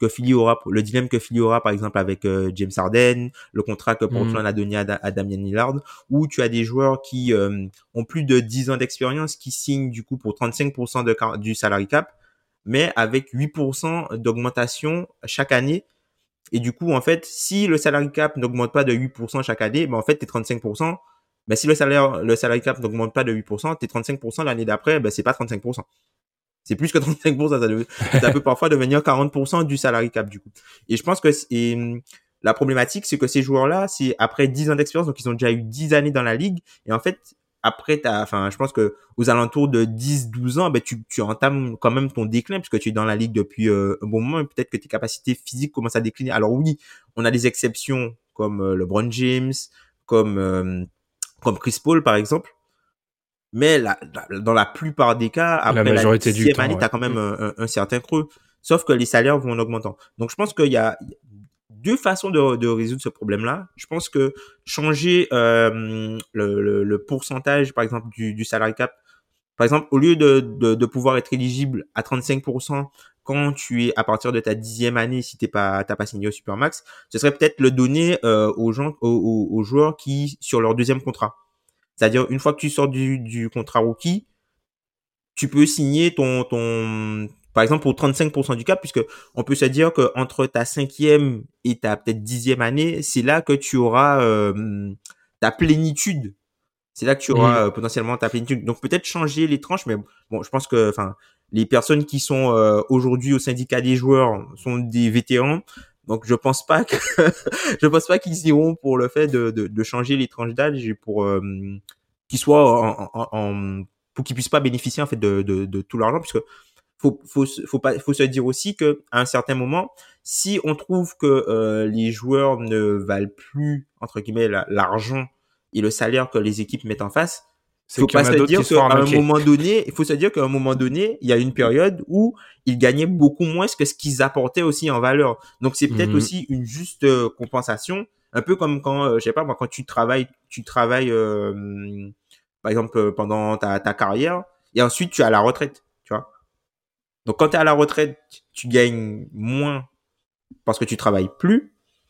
le dilemme que Philly aura, par exemple, avec James Harden, le contrat que Portland a donné à Damian Lillard, où tu as des joueurs qui ont plus de 10 ans d'expérience, qui signent du coup pour 35% du salary cap, mais avec 8% d'augmentation chaque année. Et du coup, en fait, si le salary cap n'augmente pas de 8% chaque année, ben en fait, tes 35%, Ben, si le salary cap n'augmente pas de 8%, tes 35% l'année d'après, ben, c'est pas 35%. C'est plus que 35%. Ça peut parfois devenir 40% du salary cap, du coup. Et je pense que la problématique, c'est que ces joueurs-là, c'est après 10 ans d'expérience, donc ils ont déjà eu 10 années dans la ligue. Et en fait, après, je pense que aux alentours de 10, 12 ans, ben, tu entames quand même ton déclin puisque tu es dans la ligue depuis un bon moment et peut-être que tes capacités physiques commencent à décliner. Alors oui, on a des exceptions comme LeBron James, comme Chris Paul, par exemple. Mais dans la plupart des cas, après la majorité du 10e temps, année, ouais. tu as quand même un certain creux. Sauf que les salaires vont en augmentant. Donc, je pense qu'il y a deux façons de résoudre ce problème-là. Je pense que changer le pourcentage, par exemple, du salary cap. Par exemple, au lieu de pouvoir être éligible à 35% quand tu es à partir de ta 10e année, si t'as pas signé au Supermax, ce serait peut-être le donner aux joueurs qui, sur leur deuxième contrat. C'est-à-dire, une fois que tu sors du contrat rookie, tu peux signer par exemple, pour 35% du cap, puisque on peut se dire que entre ta 5e et ta peut-être 10e année, c'est là que tu auras ta plénitude. C'est là que tu auras potentiellement ta plénitude. Donc peut-être changer les tranches, mais bon, je pense que, les personnes qui sont aujourd'hui au syndicat des joueurs sont des vétérans. Donc je pense pas que je pense pas qu'ils iront pour le fait de changer les tranches d'âge pour qu'ils soient pour qu'ils puissent pas bénéficier en fait de tout l'argent, puisque faut se dire aussi que à un certain moment, si on trouve que les joueurs ne valent plus entre guillemets l'argent et le salaire que les équipes mettent en face, C'est qu'il y en a d'autres qui se font arnaquer. il faut se dire qu'à un moment donné, il y a une période où ils gagnaient beaucoup moins que ce qu'ils apportaient aussi en valeur. Donc c'est peut-être aussi une juste compensation, un peu comme quand je sais pas moi, quand tu travailles par exemple pendant ta carrière et ensuite tu es à la retraite, tu vois. Donc quand tu es à la retraite, tu gagnes moins parce que tu travailles plus,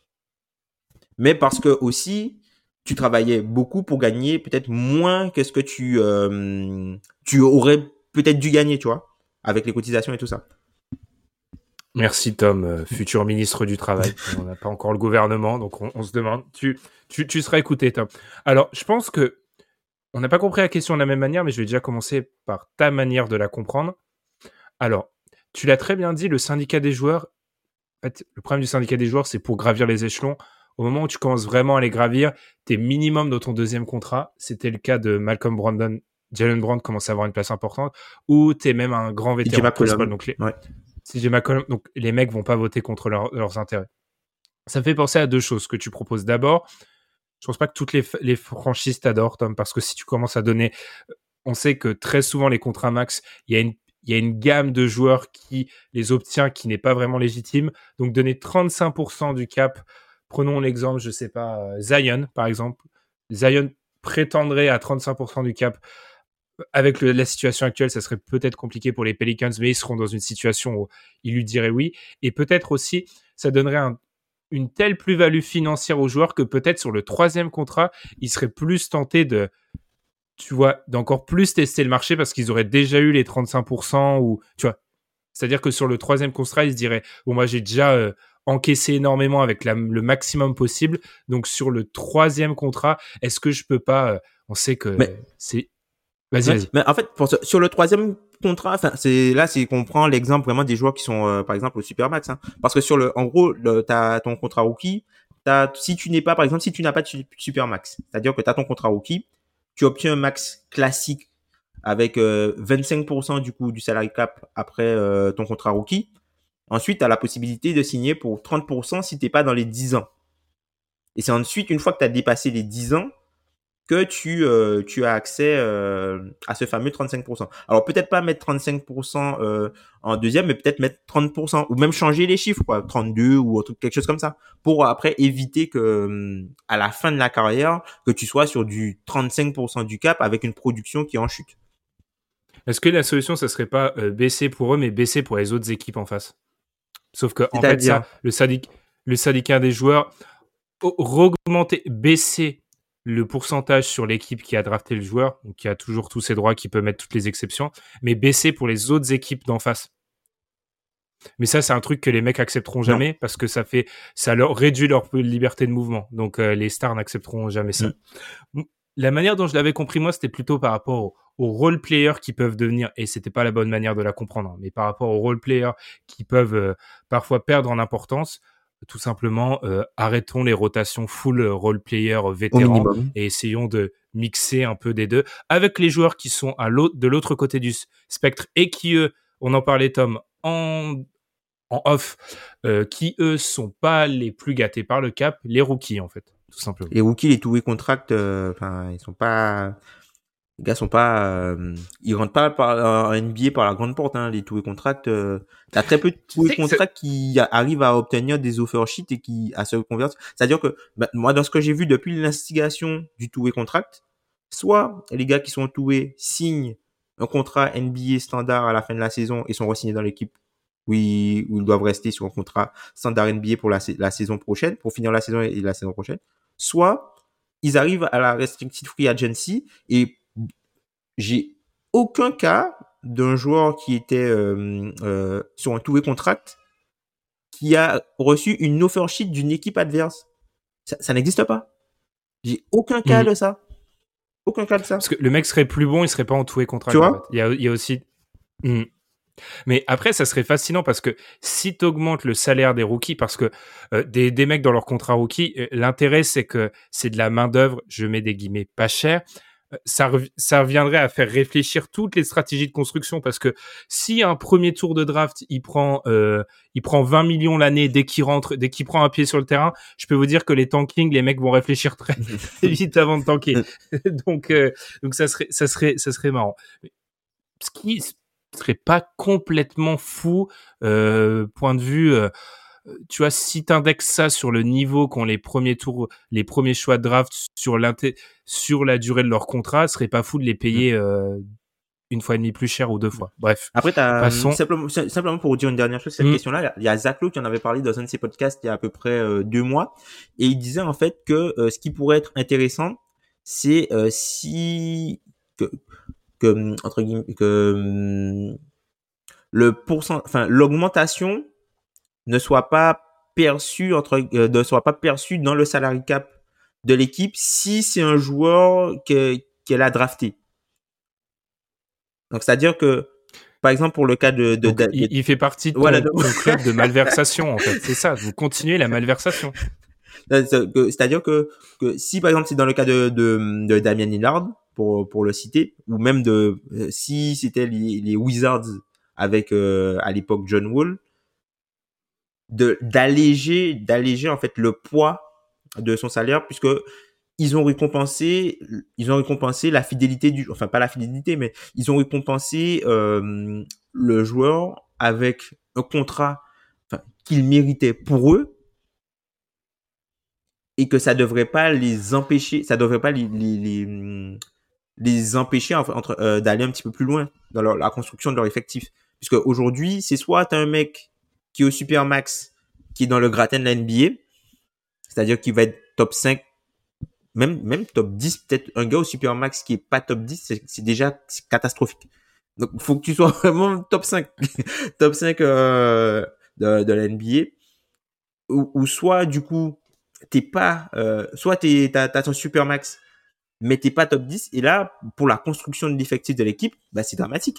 mais parce que aussi tu travaillais beaucoup pour gagner peut-être moins que ce que tu aurais peut-être dû gagner, tu vois, avec les cotisations et tout ça. Merci Tom, futur ministre du Travail. On n'a pas encore le gouvernement, donc on se demande. Tu seras écouté, Tom. Alors, je pense que on n'a pas compris la question de la même manière, mais je vais déjà commencer par ta manière de la comprendre. Alors, tu l'as très bien dit, le syndicat des joueurs, en fait, le problème du syndicat des joueurs, c'est pour gravir les échelons. Au moment où tu commences vraiment à les gravir, t'es minimum dans ton deuxième contrat. C'était le cas de Malcolm Brogdon. Jalen Brown commence à avoir une place importante, ou t'es même un grand vétéran. CJ McCollum, donc les mecs vont pas voter contre leurs intérêts. Ça me fait penser à deux choses que tu proposes. D'abord, je pense pas que toutes les franchises t'adorent, Tom, parce que si tu commences à donner, on sait que très souvent les contrats max, il y a une gamme de joueurs qui les obtient qui n'est pas vraiment légitime. Donc donner 35% du cap, prenons l'exemple, je sais pas, Zion par exemple. Zion prétendrait à 35% du cap. Avec la situation actuelle, ça serait peut-être compliqué pour les Pelicans, mais ils seront dans une situation où ils lui diraient oui. Et peut-être aussi, ça donnerait une telle plus-value financière aux joueurs que peut-être sur le troisième contrat, ils seraient plus tentés d'encore plus tester le marché parce qu'ils auraient déjà eu les 35% ou, tu vois. C'est-à-dire que sur le troisième contrat, ils se diraient, bon, moi, j'ai déjà encaissé énormément avec le maximum possible. Donc, sur le troisième contrat, est-ce que je peux pas, on sait que c'est, Vas-y. Mais en fait, sur le troisième contrat, c'est qu'on prend l'exemple vraiment des joueurs qui sont, par exemple, au Supermax, hein. Parce que en gros, t'as ton contrat rookie, si tu n'as pas de Supermax, c'est-à-dire que t'as ton contrat rookie, tu obtiens un max classique avec 25% du coup du salary cap après ton contrat rookie. Ensuite, t'as la possibilité de signer pour 30% si t'es pas dans les 10 ans. Et c'est ensuite, une fois que t'as dépassé les 10 ans, que tu as accès à ce fameux 35%. Alors peut-être pas mettre 35% en deuxième, mais peut-être mettre 30%, ou même changer les chiffres, quoi, 32 ou quelque chose comme ça, pour après éviter que à la fin de la carrière, que tu sois sur du 35% du cap avec une production qui est en chute. Est-ce que la solution, ça serait pas baisser pour eux, mais baisser pour les autres équipes en face? Sauf que en fait, ça, le syndicat des joueurs, baisser le pourcentage sur l'équipe qui a drafté le joueur, donc qui a toujours tous ses droits, qui peut mettre toutes les exceptions, mais baisser pour les autres équipes d'en face. Mais ça, c'est un truc que les mecs accepteront jamais parce que ça leur réduit leur liberté de mouvement. Donc les stars n'accepteront jamais ça. la manière dont je l'avais compris, moi, c'était plutôt par rapport aux role players qui peuvent devenir, et c'était pas la bonne manière de la comprendre, hein, mais par rapport aux role players qui peuvent parfois perdre en importance, tout simplement, arrêtons les rotations full role player Au vétérans minimum. et essayons de mixer un peu des deux avec les joueurs qui sont de l'autre côté du spectre et qui, eux, on en parlait, Tom, en off, qui, eux, sont pas les plus gâtés par le cap, les rookies, en fait, tout simplement. Les rookies, les two-way contracts, enfin, ils sont pas, les gars sont pas, ils rentrent pas en NBA par la grande porte, hein, les two-way contracts. T'as très peu de two-way contracts qui arrivent à obtenir des offer sheets et qui à se convertir. C'est-à-dire que moi, dans ce que j'ai vu depuis l'instigation du two-way contract, soit les gars qui sont two-way signent un contrat NBA standard à la fin de la saison et sont re-signés dans l'équipe où ils doivent rester sur un contrat standard NBA pour la saison prochaine, pour finir la saison et la saison prochaine. Soit ils arrivent à la restricted free agency et j'ai aucun cas d'un joueur qui était sur un two-way contract qui a reçu une offer sheet d'une équipe adverse. Ça n'existe pas. J'ai aucun cas de ça. Aucun cas de ça. Parce que le mec serait plus bon, il serait pas en tout-way contract. Tu vois, en fait. Il y a aussi. Mais après, ça serait fascinant parce que si tu augmentes le salaire des rookies, parce que des mecs dans leur contrat rookie, l'intérêt c'est que c'est de la main d'œuvre, je mets des guillemets pas cher. Ça reviendrait à faire réfléchir toutes les stratégies de construction parce que si un premier tour de draft il prend 20 millions l'année dès qu'il prend un pied sur le terrain, je peux vous dire que les tankings, les mecs vont réfléchir très vite avant de tanker. donc ça serait marrant. Ce qui serait pas complètement fou point de vue tu vois, si t'indexes ça sur le niveau qu'ont les premiers tours, les premiers choix de draft sur la durée de leur contrat, ce serait pas fou de les payer une fois et demie plus cher ou deux fois. Bref. Après, passons. Simplement pour vous dire une dernière chose, cette question-là, il y a Zach Lowe qui en avait parlé dans un de ses podcasts il y a à peu près 2 mois, et il disait en fait que ce qui pourrait être intéressant, c'est si entre guillemets l'augmentation ne soit pas perçue dans le salary cap de l'équipe si c'est un joueur qu'elle a drafté. Donc c'est-à-dire que par exemple pour le cas il fait partie de ton club de malversation en fait, c'est ça, vous continuez la malversation. C'est-à-dire que si par exemple c'est dans le cas de Damian Lillard pour le citer, ou même si c'était les Wizards avec à l'époque John Wall, d'alléger en fait le poids de son salaire, puisque ils ont récompensé la fidélité enfin pas la fidélité, mais ils ont récompensé le joueur avec un contrat qu'il méritait pour eux, et que ça devrait pas les empêcher d'aller un petit peu plus loin dans la construction de leur effectif, puisque aujourd'hui c'est soit t'as un mec qui est au Supermax, qui est dans le gratin de la NBA, c'est-à-dire qu'il va être top 5, même top 10, peut-être un gars au Supermax qui est pas top 10, c'est déjà catastrophique. Donc il faut que tu sois vraiment top 5 top 5 de la NBA, ou soit du coup t'es pas soit t'as ton Supermax mais t'es pas top 10, et là pour la construction de l'effectif de l'équipe, bah c'est dramatique.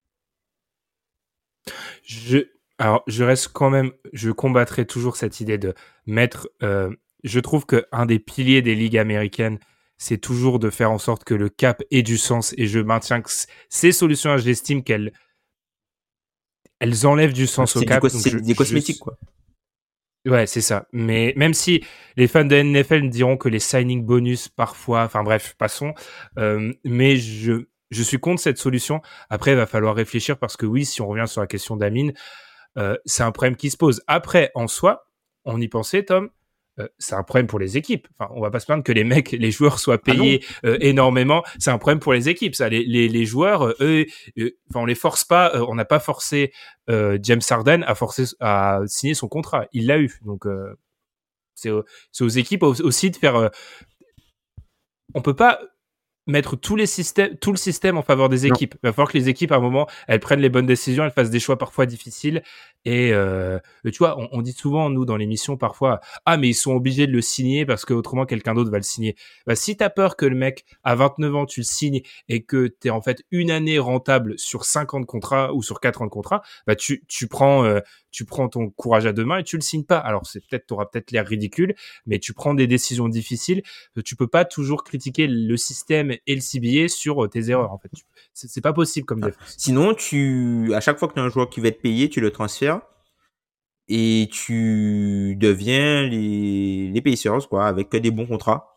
Alors, je combattrai toujours cette idée de mettre. Je trouve que un des piliers des ligues américaines, c'est toujours de faire en sorte que le cap ait du sens. Et je maintiens que ces solutions, j'estime qu'elles enlèvent du sens au cap. C'est des cosmétiques, quoi. Ouais, c'est ça. Mais même si les fans de NFL me diront que les signing bonus parfois, enfin bref, passons. Mais je suis contre cette solution. Après, il va falloir réfléchir parce que oui, si on revient sur la question d'Amine, c'est un problème qui se pose. Après, en soi, on y pensait, Tom, c'est un problème pour les équipes. Enfin, on va pas se plaindre que les joueurs soient payés énormément. C'est un problème pour les équipes. Ça, les joueurs, eux, on les force pas. On n'a pas forcé James Harden à signer son contrat. Il l'a eu. Donc, c'est aux équipes aussi de faire. On peut pas mettre tout le système en faveur des équipes. Il va falloir que les équipes, à un moment, elles prennent les bonnes décisions, elles fassent des choix parfois difficiles Et tu vois, on dit souvent, nous, dans l'émission, parfois, ah, mais ils sont obligés de le signer parce que autrement quelqu'un d'autre va le signer. Bah, si t'as peur que le mec, à 29 ans, tu le signes et que t'es en fait une année rentable sur 5 ans de contrat ou sur 4 ans de contrat, bah, tu prends ton courage à deux mains et tu le signes pas. Alors, t'auras peut-être l'air ridicule, mais tu prends des décisions difficiles. Tu peux pas toujours critiquer le système et le CBA sur tes erreurs, en fait. C'est pas possible comme défense. Sinon, à chaque fois que tu as un joueur qui va être payé, tu le transfères et tu deviens les Pacers, quoi, avec que des bons contrats.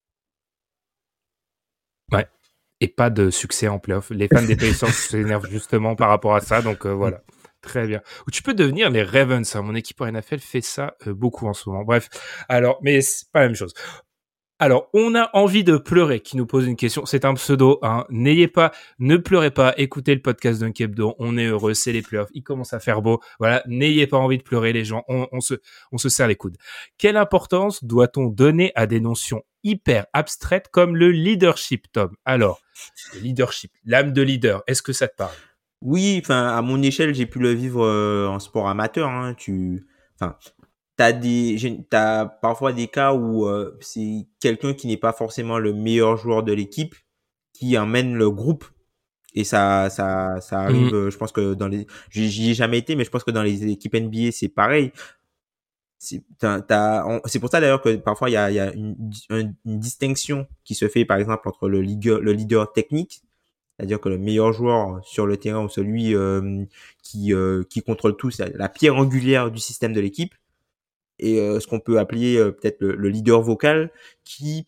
Ouais. Et pas de succès en playoff. Les fans des Pacers s'énervent justement par rapport à ça, donc voilà. Très bien. Ou tu peux devenir les Ravens. Mon équipe en NFL fait ça beaucoup en ce moment. Bref. Alors, mais c'est pas la même chose. Alors, on a envie de pleurer qui nous pose une question. C'est un pseudo, hein. Ne pleurez pas. Écoutez le podcast d'un Kebdo. On est heureux. C'est les playoffs. Il commence à faire beau. Voilà. N'ayez pas envie de pleurer, les gens. On se serre les coudes. Quelle importance doit-on donner à des notions hyper abstraites comme le leadership, Tom? Alors, le leadership, l'âme de leader. Est-ce que ça te parle? Oui, enfin, à mon échelle, j'ai pu le vivre en sport amateur, hein. T'as parfois des cas où c'est quelqu'un qui n'est pas forcément le meilleur joueur de l'équipe qui emmène le groupe. Et ça arrive, je pense que j'y ai jamais été, mais je pense que dans les équipes NBA, c'est pareil. C'est pour ça d'ailleurs que parfois il y a une distinction qui se fait, par exemple, entre le leader technique, c'est-à-dire que le meilleur joueur sur le terrain ou celui qui contrôle tout, c'est la pierre angulaire du système de l'équipe, et ce qu'on peut appeler peut-être le leader vocal qui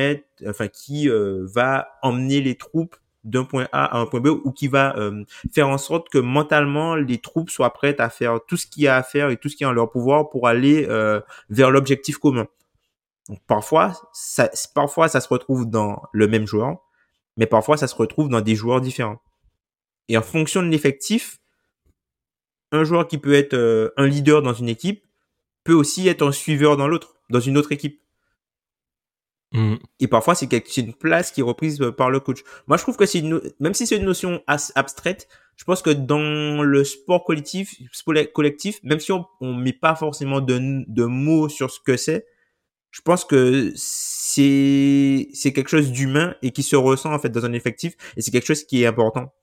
va emmener les troupes d'un point A à un point B, ou qui va faire en sorte que mentalement les troupes soient prêtes à faire tout ce qu'il y a à faire et tout ce qui est en leur pouvoir pour aller vers l'objectif commun. Donc parfois ça se retrouve dans le même joueur, mais parfois ça se retrouve dans des joueurs différents. Et en fonction de l'effectif, un joueur qui peut être un leader dans une équipe peut aussi être un suiveur dans une autre équipe. Et parfois, c'est une place qui est reprise par le coach. Moi, je trouve que même si c'est une notion abstraite, je pense que dans le sport collectif, même si on met pas forcément de mots sur ce que c'est, je pense que c'est quelque chose d'humain et qui se ressent en fait dans un effectif, et c'est quelque chose qui est important.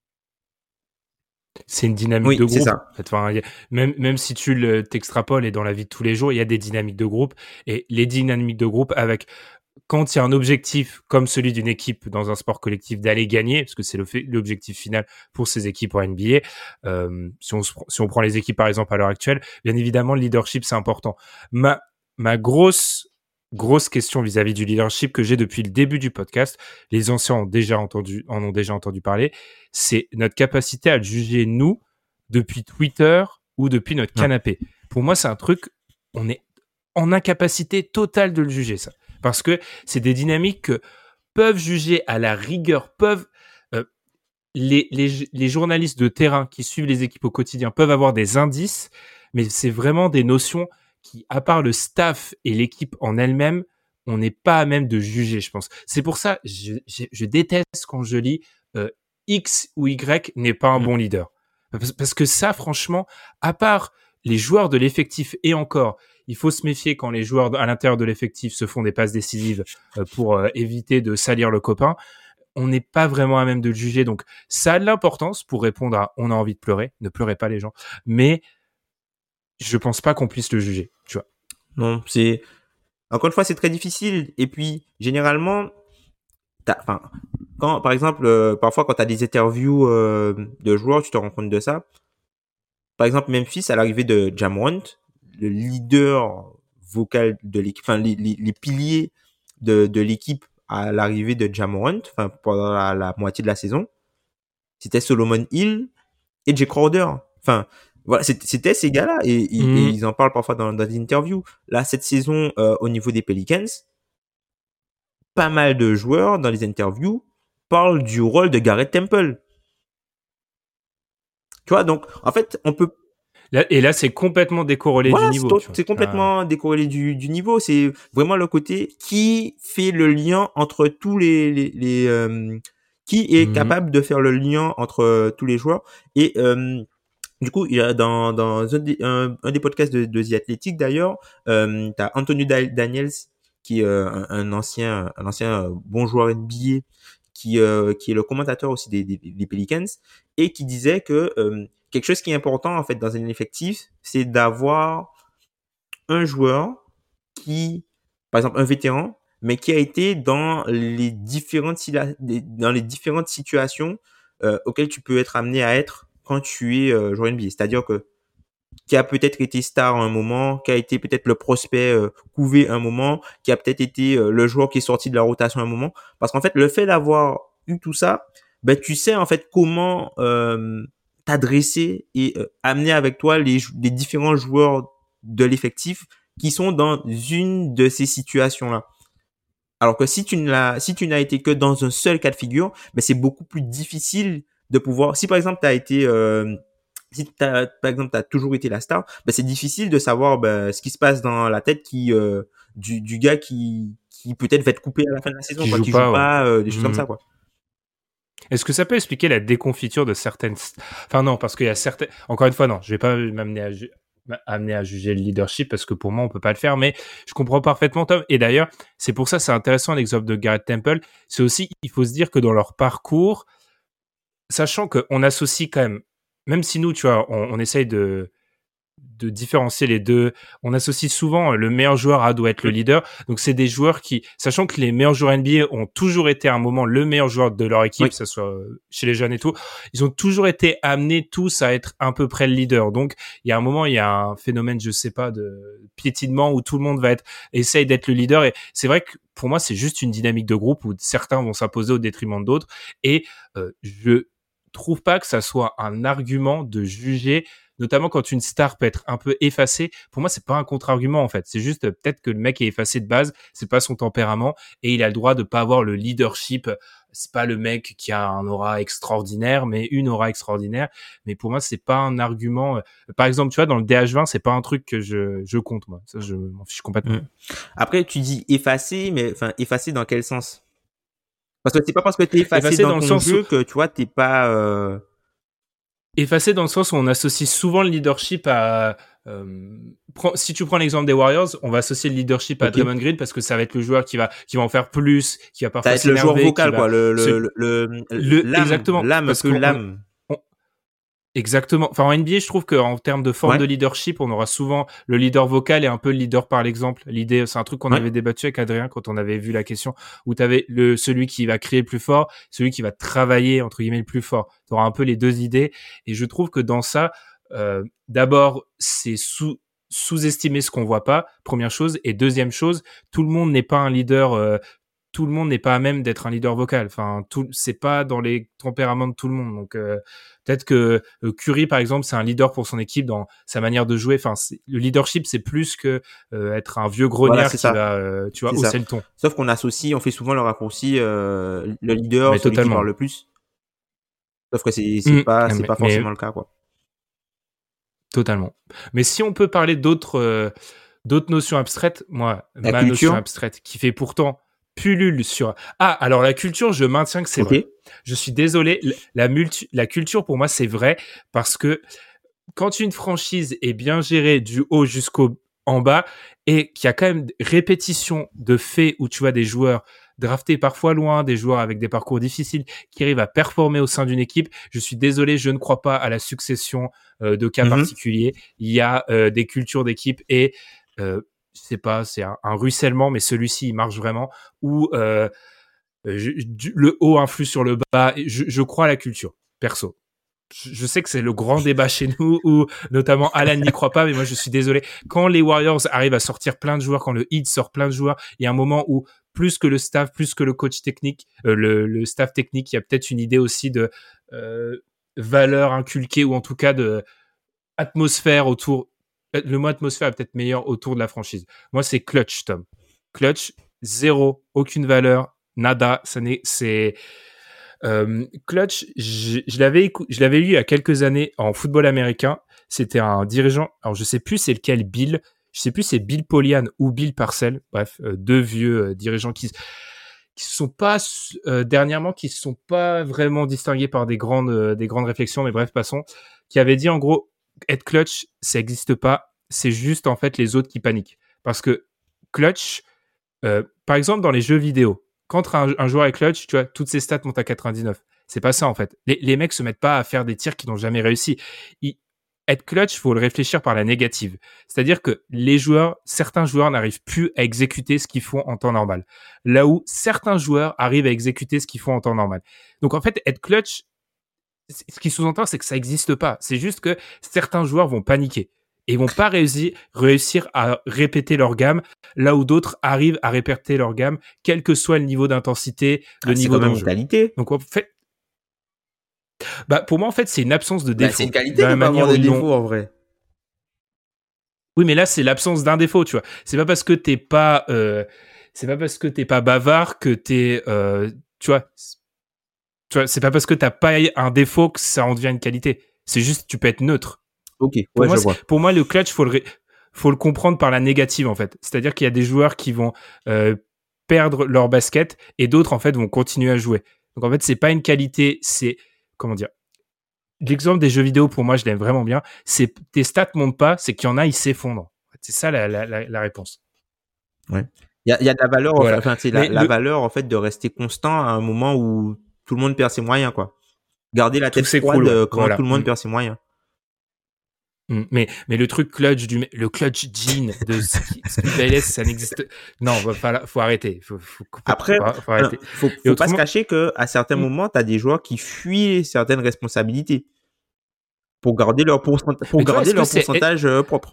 C'est une dynamique de groupe. C'est ça. Enfin, même si tu t'extrapoles et dans la vie de tous les jours, il y a des dynamiques de groupe, et les dynamiques de groupe quand il y a un objectif comme celui d'une équipe dans un sport collectif d'aller gagner, parce que c'est l'objectif final pour ces équipes en NBA. Si on prend les équipes par exemple à l'heure actuelle, bien évidemment le leadership c'est important. Ma grosse question vis-à-vis du leadership que j'ai depuis le début du podcast, les anciens en ont déjà entendu parler, c'est notre capacité à le juger nous depuis Twitter ou depuis notre canapé. Pour moi c'est un truc, on est en incapacité totale de le juger, ça. Parce que c'est des dynamiques que peuvent juger à la rigueur, les journalistes de terrain qui suivent les équipes au quotidien peuvent avoir des indices, mais c'est vraiment des notions qui, à part le staff et l'équipe en elle-même, on n'est pas à même de juger, je pense. C'est pour ça, je déteste quand je lis X ou Y n'est pas un bon leader. Parce que ça, franchement, à part les joueurs de l'effectif, et encore, il faut se méfier quand les joueurs à l'intérieur de l'effectif se font des passes décisives pour éviter de salir le copain. On n'est pas vraiment à même de le juger. Donc, ça a de l'importance pour répondre à « on a envie de pleurer ». Ne pleurez pas, les gens. Mais je pense pas qu'on puisse le juger, tu vois. Non, encore une fois, c'est très difficile. Et puis, généralement, par exemple, parfois quand tu as des interviews de joueurs, tu te rends compte de ça. Par exemple, Memphis, à l'arrivée de Ja Morant, le leader vocal de l'équipe, enfin les piliers de l'équipe à l'arrivée de Ja Morant, enfin pendant la moitié de la saison, c'était Solomon Hill et Jay Crowder. Enfin voilà, c'était ces gars-là, et ils en parlent parfois dans des interviews. Là, cette saison, au niveau des Pelicans, pas mal de joueurs dans les interviews parlent du rôle de Garrett Temple. Tu vois, donc en fait, on peut Là, c'est complètement décorrélé du niveau. C'est complètement décorrélé du niveau. C'est vraiment le côté qui fait le lien entre tous qui est capable de faire le lien entre tous les joueurs. Et Du coup, il y a dans un des podcasts de The Athletic d'ailleurs, t'as Anthony Daniels qui est un ancien bon joueur NBA qui est le commentateur aussi des Pelicans et qui disait que quelque chose qui est important en fait dans un effectif, c'est d'avoir un joueur qui, par exemple, un vétéran, mais qui a été dans les différentes situations auxquelles tu peux être amené à être quand tu es joueur NBA. C'est-à-dire que qui a peut-être été star à un moment, qui a été peut-être le prospect couvé à un moment, qui a peut-être été le joueur qui est sorti de la rotation à un moment. Parce qu'en fait, le fait d'avoir eu tout ça, ben tu sais en fait comment t'adresser et amener avec toi les différents joueurs de l'effectif qui sont dans une de ces situations-là. Alors que si tu n'as été que dans un seul cas de figure, ben c'est beaucoup plus difficile de pouvoir. Si par exemple si par exemple t'as toujours été la star, ben c'est difficile de savoir ce qui se passe dans la tête du gars qui peut-être va être coupé à la fin de la saison, Qui quoi, joue qui joue pas, ouais. pas, des choses comme ça, quoi. Est-ce que ça peut expliquer la déconfiture de certaines... Enfin non, parce qu'il y a certaines... Encore une fois, non, je vais pas amener à juger le leadership parce que pour moi, on peut pas le faire, mais je comprends parfaitement, Tom. Et d'ailleurs, c'est pour ça, c'est intéressant l'exemple de Garrett Temple. C'est aussi, il faut se dire que dans leur parcours, sachant qu'on associe quand même si nous, tu vois, on essaye de différencier les deux. On associe souvent le meilleur joueur à doit être le leader. Donc, c'est des joueurs qui, sachant que les meilleurs joueurs NBA ont toujours été à un moment le meilleur joueur de leur équipe, Oui. que ce soit chez les jeunes et tout, ils ont toujours été amenés tous à être à peu près le leader. Donc, il y a un moment, il y a un phénomène, je sais pas, de piétinement où tout le monde essaye d'être le leader. Et c'est vrai que pour moi, c'est juste une dynamique de groupe où certains vont s'imposer au détriment d'autres. Et je trouve pas que ça soit un argument de juger, notamment quand une star peut être un peu effacée. Pour moi, c'est pas un contre-argument en fait. C'est juste peut-être que le mec est effacé de base, c'est pas son tempérament et il a le droit de pas avoir le leadership. C'est pas le mec qui a un aura extraordinaire, mais une aura extraordinaire. Mais pour moi, c'est pas un argument. Par exemple, tu vois, dans le DH20, c'est pas un truc que je compte moi. Ça, je m'en fiche complètement. Après, tu dis effacé, mais enfin effacé dans quel sens? Parce que c'est pas parce que t'es effacé dans ton jeu que tu vois t'es pas effacé dans le sens où on associe souvent le leadership à si tu prends l'exemple des Warriors, on va associer le leadership à Draymond Green parce que ça va être le joueur qui va en faire plus, qui va parfois s'énerver, le joueur vocal, quoi, l'âme, exactement, l'âme, parce que l'âme. Exactement. Enfin, en NBA, je trouve qu'en termes de forme de leadership, on aura souvent le leader vocal et un peu le leader par l'exemple. L'idée, c'est un truc qu'on avait débattu avec Adrien quand on avait vu la question, où tu avais celui qui va créer le plus fort, celui qui va travailler, entre guillemets, le plus fort. Tu auras un peu les deux idées. Et je trouve que dans ça, d'abord, c'est sous-estimer ce qu'on voit pas, première chose. Et deuxième chose, tout le monde n'est pas un leader... tout le monde n'est pas à même d'être un leader vocal. Enfin, c'est pas dans les tempéraments de tout le monde. Donc, peut-être que Curry, par exemple, c'est un leader pour son équipe dans sa manière de jouer. Enfin, le leadership, c'est plus que être un vieux grognard va, tu vois, hausser le ton. Sauf qu'on associe, on fait souvent le raccourci, le leader, celui qui parle le plus. Sauf que c'est pas forcément le cas, quoi. Totalement. Mais si on peut parler d'autres notions abstraites, moi, ma notion abstraite, qui fait pourtant pullule sur... Ah, alors la culture, je maintiens que c'est vrai. Je suis désolé, la culture, pour moi, c'est vrai, parce que quand une franchise est bien gérée du haut jusqu'au en bas, et qu'il y a quand même répétition de faits où tu vois des joueurs draftés parfois loin, des joueurs avec des parcours difficiles qui arrivent à performer au sein d'une équipe, je suis désolé, je ne crois pas à la succession de cas particuliers. Il y a des cultures d'équipe et... je sais pas, c'est un ruissellement, mais celui-ci, il marche vraiment, où le haut influe sur le bas. Je crois à la culture, perso. Je sais que c'est le grand débat chez nous, où notamment Alan n'y croit pas, mais moi je suis désolé. Quand les Warriors arrivent à sortir plein de joueurs, quand le Heat sort plein de joueurs, il y a un moment où plus que le staff, plus que le coach technique, le staff technique, il y a peut-être une idée aussi de valeur inculquée, ou en tout cas de atmosphère autour. Le mot atmosphère est peut-être meilleur autour de la franchise. Moi, c'est clutch, Tom. Clutch, zéro, aucune valeur, nada. Clutch, je l'avais lu il y a quelques années en football américain. C'était un dirigeant. Alors, je sais plus c'est lequel Bill. Je sais plus c'est Bill Polian ou Bill Parcells. Bref, deux vieux dirigeants qui se sont pas dernièrement, qui se sont pas vraiment distingués par des grandes réflexions. Mais bref, passons. Qui avait dit en gros, être clutch, ça n'existe pas. C'est juste en fait les autres qui paniquent. Parce que clutch, par exemple dans les jeux vidéo, quand un joueur est clutch, tu vois, toutes ses stats montent à 99. C'est pas ça en fait. Les mecs se mettent pas à faire des tirs qu'ils n'ont jamais réussi. Être clutch, faut le réfléchir par la négative. C'est-à-dire que certains joueurs n'arrivent plus à exécuter ce qu'ils font en temps normal. Là où certains joueurs arrivent à exécuter ce qu'ils font en temps normal. Donc en fait, être clutch, ce qui sous-entend, c'est que ça n'existe pas. C'est juste que certains joueurs vont paniquer et vont pas réussir à répéter leur gamme, là où d'autres arrivent à répéter leur gamme, quel que soit le niveau d'intensité, le niveau d'enjeu. C'est quand même une qualité. Donc en fait, pour moi, en fait, c'est une absence de défaut. C'est une qualité de pas avoir de défaut, en vrai. Oui, mais là, c'est l'absence d'un défaut, tu vois. C'est pas parce que t'es pas bavard que t'es, tu vois, c'est pas parce que t'as pas un défaut que ça en devient une qualité. C'est juste, tu peux être neutre. Ok, pour moi, le clutch, faut le comprendre par la négative, en fait. C'est-à-dire qu'il y a des joueurs qui vont perdre leur basket et d'autres, en fait, vont continuer à jouer. Donc, en fait, c'est pas une qualité, c'est, comment dire, l'exemple des jeux vidéo, pour moi, je l'aime vraiment bien. C'est tes stats montent pas, c'est qu'il y en a, ils s'effondrent. C'est ça la réponse. Ouais. Il y a de la valeur, voilà. Enfin, c'est la valeur, en fait, de rester constant à un moment où tout le monde perd ses moyens, quoi. Garder la tête froide quand tout le monde perd ses moyens. Mais le truc clutch le clutch jean de Skip Bayless, ça n'existe. Non, faut arrêter. Après, faut arrêter. Faut pas se cacher que à certains moments, t'as des joueurs qui fuient certaines responsabilités pour garder leur pourcentage propre.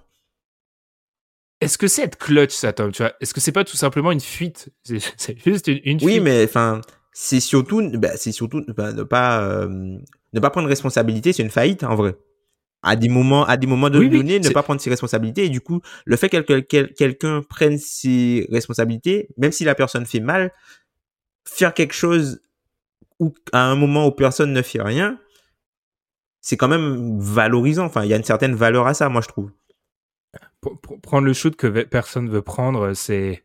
Est-ce que c'est être clutch, ça, Tom? Tu vois, est-ce que c'est pas tout simplement une fuite? C'est juste une fuite. Oui, mais enfin, c'est surtout ne pas prendre responsabilité, c'est une faillite en vrai. À des moments donnés, ne pas prendre ses responsabilités. Et du coup, le fait que quelqu'un prenne ses responsabilités, même si la personne fait mal, faire quelque chose à un moment où personne ne fait rien, c'est quand même valorisant. Enfin, il y a une certaine valeur à ça, moi, je trouve. Prendre le shoot que personne veut prendre, c'est...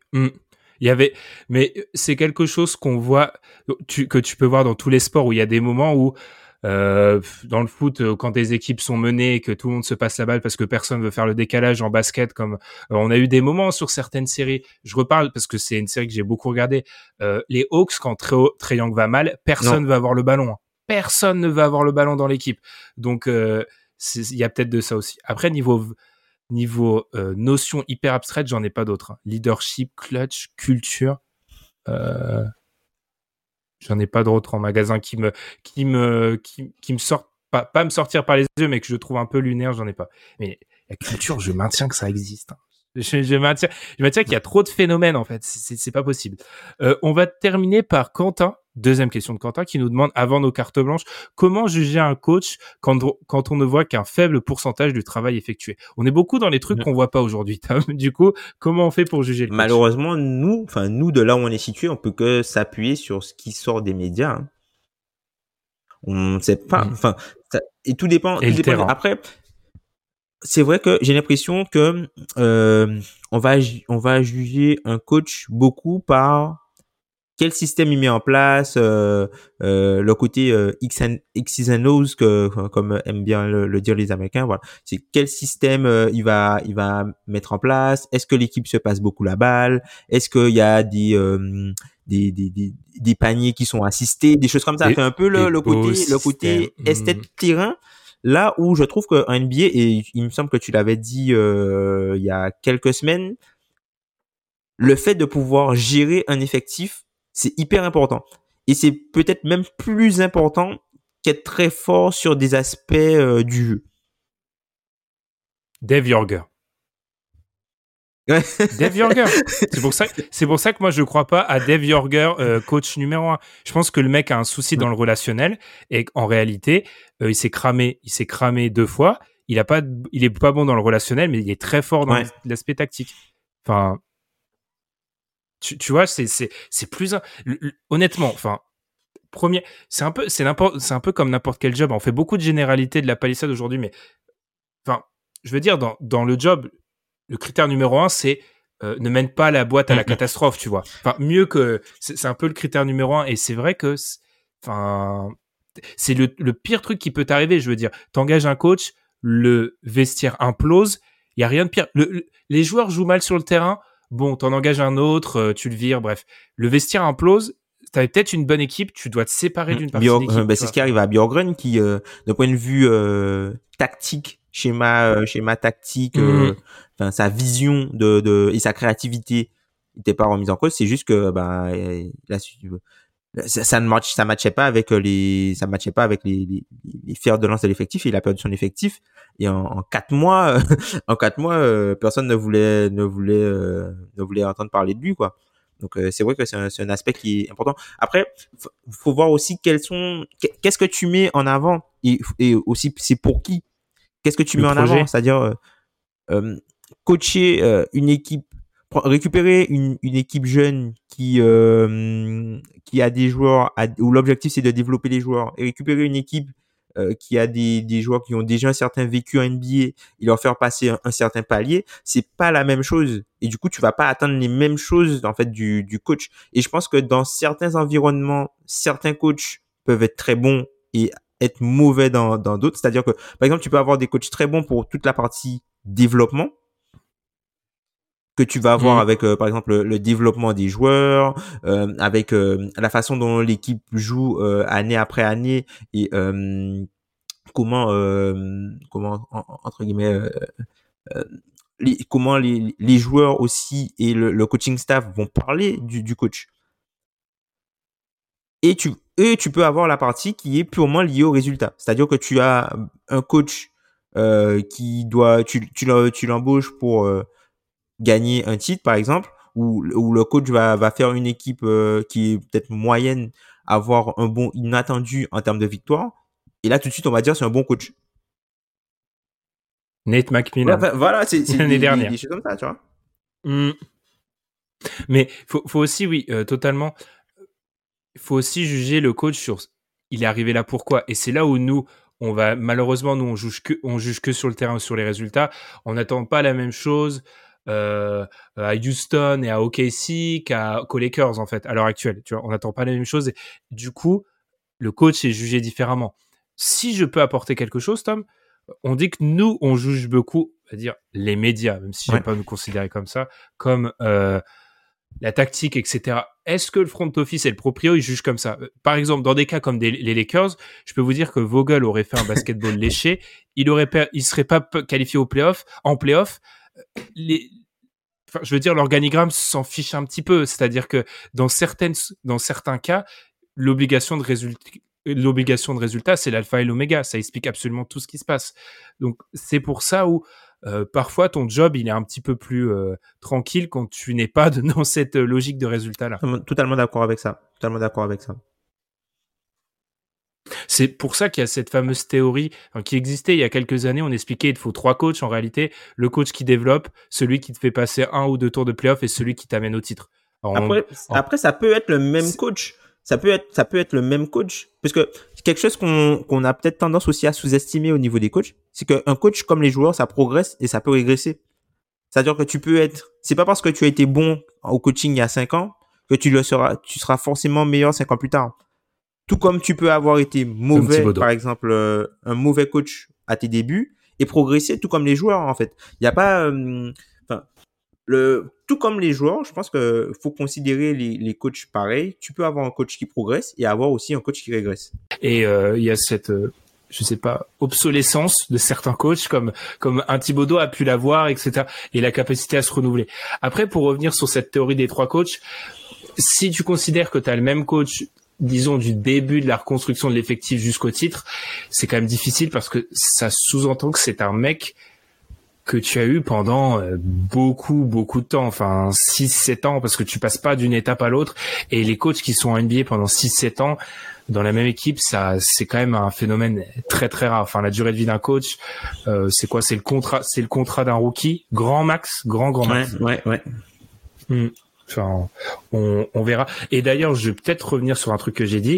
Mais c'est quelque chose qu'on voit, que tu peux voir dans tous les sports, où il y a des moments où dans le foot, quand des équipes sont menées, que tout le monde se passe la balle parce que personne veut faire le décalage. En basket, comme on a eu des moments sur certaines séries, je reparle parce que c'est une série que j'ai beaucoup regardée, les Hawks, quand Trae Young va mal, personne ne veut avoir le ballon. Personne ne veut avoir le ballon dans l'équipe. Donc il y a peut-être de ça aussi. Après, niveau notion hyper abstraite, j'en ai pas d'autres. Leadership, clutch, culture, j'en ai pas d'autres en magasin qui me sortent, pas me sortir par les yeux, mais que je trouve un peu lunaire, j'en ai pas. Mais la culture, je maintiens que ça existe. Je maintiens qu'il y a trop de phénomènes, en fait. C'est pas possible. On va terminer par Quentin. Deuxième question de Quentin qui nous demande, avant nos cartes blanches, comment juger un coach quand on ne voit qu'un faible pourcentage du travail effectué? On est beaucoup dans les trucs qu'on voit pas aujourd'hui. Du coup, comment on fait pour juger le coach? Malheureusement, nous, de là où on est situé, on peut que s'appuyer sur ce qui sort des médias. Hein. On sait pas, et tout dépend. Après, c'est vrai que j'ai l'impression que on va juger un coach beaucoup par quel système il met en place, le côté X's and O's, comme aiment bien le dire les Américains. Voilà, c'est quel système il va mettre en place. Est-ce que l'équipe se passe beaucoup la balle? Est-ce qu'il y a des paniers qui sont assistés, des choses comme ça. Fait un peu le côté esthète terrain. Là où je trouve qu'en NBA, et il me semble que tu l'avais dit il y a quelques semaines, le fait de pouvoir gérer un effectif, c'est hyper important. Et c'est peut-être même plus important qu'être très fort sur des aspects du jeu. Dave Jorger. Dave Jorger. C'est pour ça que moi je crois pas à Dave Jorger, coach numéro 1. Je pense que le mec a un souci dans le relationnel et qu'en réalité, il s'est cramé 2 fois. Il est pas bon dans le relationnel, mais il est très fort dans l'aspect tactique. Enfin, tu vois, c'est plus honnêtement, enfin, c'est un peu comme n'importe quel job. On fait beaucoup de généralités de la palissade aujourd'hui, mais enfin, je veux dire, dans le job, le critère numéro 1, c'est ne mène pas la boîte à la catastrophe, tu vois. Enfin, mieux que c'est un peu le critère numéro 1, et c'est vrai que c'est le pire truc qui peut t'arriver. Je veux dire, t'engages un coach, le vestiaire implose, il y a rien de pire. Les joueurs jouent mal sur le terrain, bon, t'en engages un autre, tu le vires, bref. Le vestiaire implose, t'avais peut-être une bonne équipe, tu dois te séparer d'une partie de l'équipe. C'est ce qui arrive à Bjorgren qui, d'un point de vue tactique, schéma tactique, sa vision et sa créativité n'était pas remise en cause. C'est juste que là, ça matchait pas avec les fers de lance de l'effectif. Il a perdu son effectif et en 4 mois, personne ne voulait entendre parler de lui, quoi. Donc c'est vrai que c'est un aspect qui est important. Après, faut voir aussi qu'est-ce que tu mets en avant et aussi c'est pour qui. Qu'est-ce que tu mets en avant, c'est-à-dire coacher une équipe, récupérer une équipe jeune qui a des joueurs où l'objectif c'est de développer les joueurs, et récupérer une équipe qui a des joueurs qui ont déjà un certain vécu en NBA et leur faire passer un certain palier, c'est pas la même chose. Et du coup, tu vas pas attendre les mêmes choses en fait du coach. Et je pense que dans certains environnements, certains coachs peuvent être très bons et être mauvais dans d'autres. C'est-à-dire que, par exemple, tu peux avoir des coachs très bons pour toute la partie développement que tu vas avoir avec, par exemple, le développement des joueurs, avec la façon dont l'équipe joue année après année et comment entre guillemets comment les joueurs aussi et le coaching staff vont parler du coach. Et tu peux avoir la partie qui est purement liée au résultat. C'est-à-dire que tu as un coach qui doit, tu l'embauches pour gagner un titre, par exemple, où le coach va faire une équipe qui est peut-être moyenne, avoir un bon inattendu en termes de victoire. Et là, tout de suite, on va dire c'est un bon coach. Nate McMillan. Voilà, c'est l'année dernière. Des choses comme ça, tu vois. Mais faut aussi, oui, totalement. Il faut aussi juger le coach sur il est arrivé là pourquoi. Et c'est là où nous, malheureusement, nous, on juge que sur le terrain, sur les résultats. On n'attend pas la même chose à Houston et à OKC qu'aux Lakers, en fait, à l'heure actuelle. Tu vois, on n'attend pas la même chose. Et du coup, le coach est jugé différemment. Si je peux apporter quelque chose, Tom, on dit que nous, on juge beaucoup, on va dire les médias, même si j'aime pas nous considérer comme ça, comme la tactique, etc. Est-ce que le front office et le proprio, ils jugent comme ça? Par exemple, dans des cas comme les Lakers, je peux vous dire que Vogel aurait fait un basketball léché, il serait pas qualifié en playoff. Je veux dire, l'organigramme s'en fiche un petit peu. C'est-à-dire que dans certains cas, l'obligation de résultat, c'est l'alpha et l'oméga. Ça explique absolument tout ce qui se passe. Donc, c'est pour ça où parfois ton job il est un petit peu plus tranquille quand tu n'es pas dans cette logique de résultat-là. Totalement d'accord avec ça. C'est pour ça qu'il y a cette fameuse théorie qui existait il y a quelques années. On expliquait il te faut 3 coachs. En réalité, le coach qui développe, celui qui te fait passer 1 ou 2 tours de playoff et celui qui t'amène au titre. Après, ça peut être le même coach. Ça peut être le même coach. Parce que quelque chose qu'on a peut-être tendance aussi à sous-estimer au niveau des coachs, c'est qu'un coach, comme les joueurs, ça progresse et ça peut régresser. C'est-à-dire que c'est pas parce que tu as été bon au coaching il y a 5 ans que tu seras forcément meilleur 5 ans plus tard. Tout comme tu peux avoir été mauvais, par exemple, un mauvais coach à tes débuts et progresser, tout comme les joueurs, en fait. Il y a pas, tout comme les joueurs, je pense que faut considérer les coachs pareils. Tu peux avoir un coach qui progresse et avoir aussi un coach qui régresse. Et il y a cette je sais pas, obsolescence de certains coachs comme un Thibodeau a pu l'avoir, etc. Et la capacité à se renouveler. Après, pour revenir sur cette théorie des 3 coachs, si tu considères que tu as le même coach, disons, du début de la reconstruction de l'effectif jusqu'au titre, c'est quand même difficile parce que ça sous-entend que c'est un mec que tu as eu pendant beaucoup de temps, enfin 6-7 ans, parce que tu passes pas d'une étape à l'autre. Et les coachs qui sont en NBA pendant 6-7 ans dans la même équipe, ça c'est quand même un phénomène très très rare. Enfin, la durée de vie d'un coach, c'est quoi? C'est le contrat d'un rookie, grand max. Ouais. Enfin, on verra. Et d'ailleurs, je vais peut-être revenir sur un truc que j'ai dit.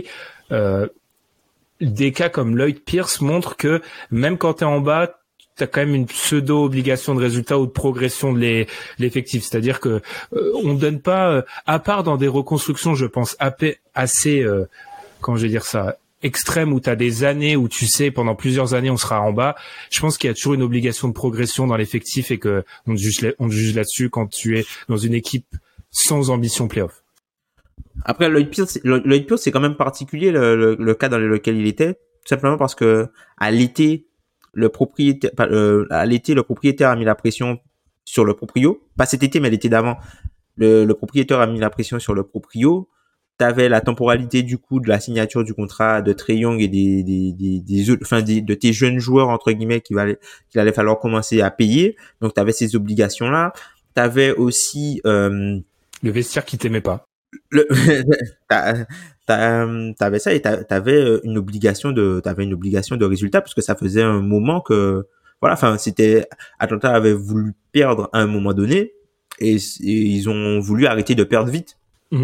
Des cas comme Lloyd Pierce montrent que même quand t'es en bas, t'as quand même une pseudo-obligation de résultat ou de progression de l'effectif. C'est-à-dire que on donne pas, à part dans des reconstructions, je pense, assez, comment je vais dire ça, extrême où tu as des années où tu sais pendant plusieurs années on sera en bas, je pense qu'il y a toujours une obligation de progression dans l'effectif et que on te juge là-dessus quand tu es dans une équipe sans ambition playoff. Après, Lloyd Pierce, c'est quand même particulier le cas dans lequel il était, tout simplement parce que à l'été, le propriétaire a mis la pression sur le proprio, pas cet été mais l'été d'avant. Le propriétaire a mis la pression sur le proprio. T'avais la temporalité du coup de la signature du contrat de Trae Young et de tes jeunes joueurs entre guillemets qu'il allait falloir commencer à payer. Donc t'avais ces opbligations là. T'avais aussi le vestiaire qui t'aimait pas. T'avais ça et t'avais une obligation de résultat parce que ça faisait un moment que voilà, enfin c'était Atlanta avait voulu perdre à un moment donné et ils ont voulu arrêter de perdre vite.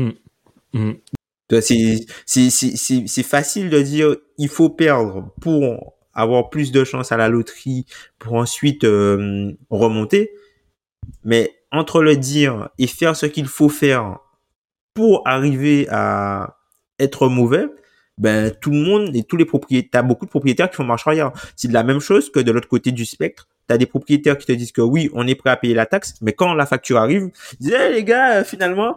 C'est facile de dire il faut perdre pour avoir plus de chance à la loterie pour ensuite remonter, mais entre le dire et faire ce qu'il faut faire pour arriver à être mauvais, ben tout le monde et tous les propriétaires, t'as beaucoup de propriétaires qui font marche arrière. C'est de la même chose que de l'autre côté du spectre. T'as des propriétaires qui te disent que oui, on est prêt à payer la taxe, mais quand la facture arrive, ils disent hey, les gars, finalement,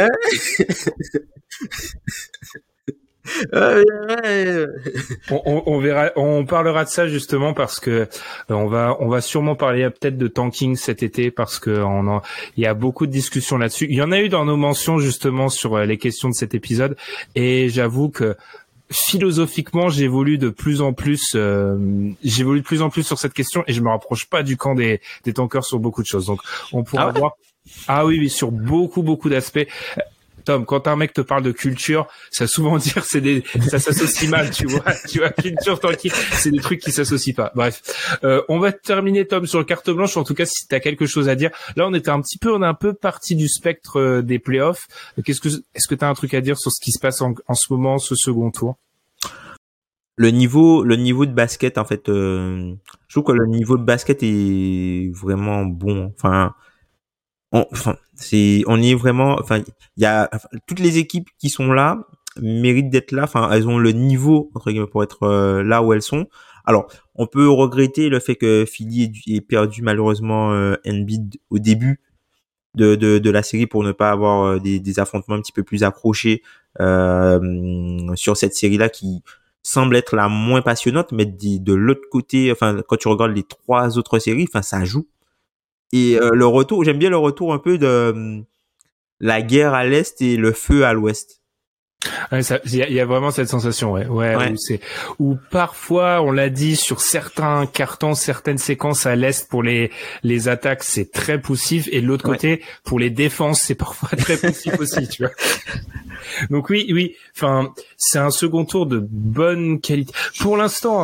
on verra, on parlera de ça justement parce que on va sûrement parler peut-être de tanking cet été parce que il y a beaucoup de discussions là-dessus. Il y en a eu dans nos mentions justement sur les questions de cet épisode et j'avoue que philosophiquement, j'évolue de plus en plus sur cette question et je me rapproche pas du camp des tankers sur beaucoup de choses. Donc, on pourra voir. Ah oui, sur beaucoup d'aspects. Tom, quand un mec te parle de culture, ça souvent dire ça s'associe mal, tu vois, culture tanking, c'est des trucs qui s'associent pas. Bref, on va terminer Tom sur le carte blanche. En tout cas, si t'as quelque chose à dire, là on est un peu parti du spectre des playoffs. Est-ce que t'as un truc à dire sur ce qui se passe en ce moment, ce second tour? Le niveau de basket, en fait, je trouve que le niveau de basket est vraiment bon. Il y a toutes les équipes qui sont là méritent d'être là. Enfin, elles ont le niveau entre guillemets pour être là où elles sont. Alors, on peut regretter le fait que Philly ait perdu malheureusement Embiid au début de la série pour ne pas avoir des affrontements un petit peu plus accrochés sur cette série-là qui semble être la moins passionnante, mais de l'autre côté, enfin, quand tu regardes les 3 autres séries, enfin, ça joue. Et le retour, j'aime bien le retour un peu de la guerre à l'est et le feu à l'ouest. Ouais, il y a vraiment cette sensation, ouais. Où parfois, on l'a dit sur certains cartons, certaines séquences à l'est pour les attaques, c'est très poussif, et de l'autre côté, pour les défenses, c'est parfois très poussif aussi, tu vois. Donc oui. Enfin, c'est un second tour de bonne qualité. Pour l'instant,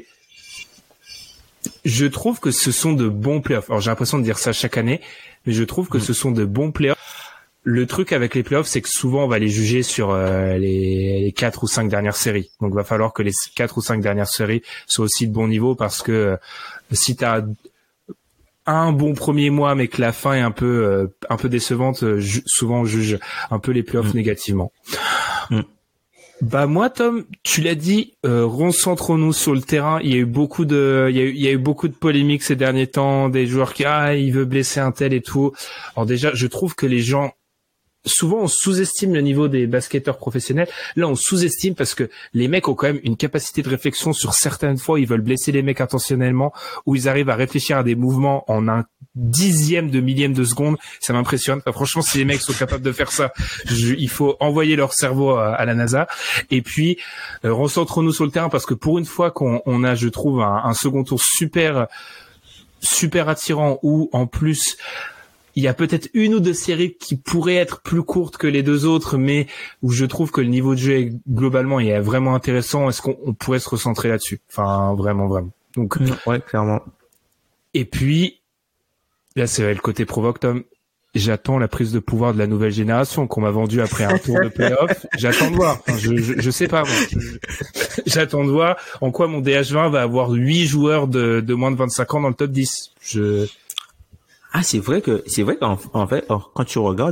je trouve que ce sont de bons playoffs. Alors j'ai l'impression de dire ça chaque année, mais je trouve que ce sont de bons playoffs. Le truc avec les playoffs, c'est que souvent on va les juger sur les 4 ou 5 dernières séries. Donc il va falloir que les 4 ou 5 dernières séries soient aussi de bon niveau parce que si tu as un bon premier mois mais que la fin est un peu décevante, souvent on juge un peu les playoffs négativement. Bah moi Tom, tu l'as dit, recentrons-nous sur le terrain. Il y a eu beaucoup de polémiques ces derniers temps, des joueurs qui il veut blesser un tel et tout. Alors déjà, je trouve que les gens souvent on sous-estime le niveau des basketteurs professionnels. Là, on sous-estime parce que les mecs ont quand même une capacité de réflexion sur certaines fois où ils veulent blesser les mecs intentionnellement, où ils arrivent à réfléchir à des mouvements en un dixième de millième de seconde. Ça m'impressionne. Enfin, franchement, si les mecs sont capables de faire ça, il faut envoyer leur cerveau à la NASA. Et puis, recentrons-nous sur le terrain parce que pour une fois qu'on a, je trouve, un second tour super attirant où en plus il y a peut-être une ou deux séries qui pourraient être plus courtes que les deux autres, mais où je trouve que le niveau de jeu est, globalement est vraiment intéressant. Est-ce qu'on pourrait se recentrer là-dessus? Enfin, vraiment. Donc, ouais, clairement. Et puis, là, c'est le côté provoque, Tom. J'attends la prise de pouvoir de la nouvelle génération qu'on m'a vendue après un tour de play-off. J'attends de voir. Enfin, je sais pas, moi. J'attends de voir en quoi mon DH20 va avoir 8 joueurs de moins de 25 ans dans le top 10. Ah, c'est vrai qu'en fait, quand tu regardes, il y a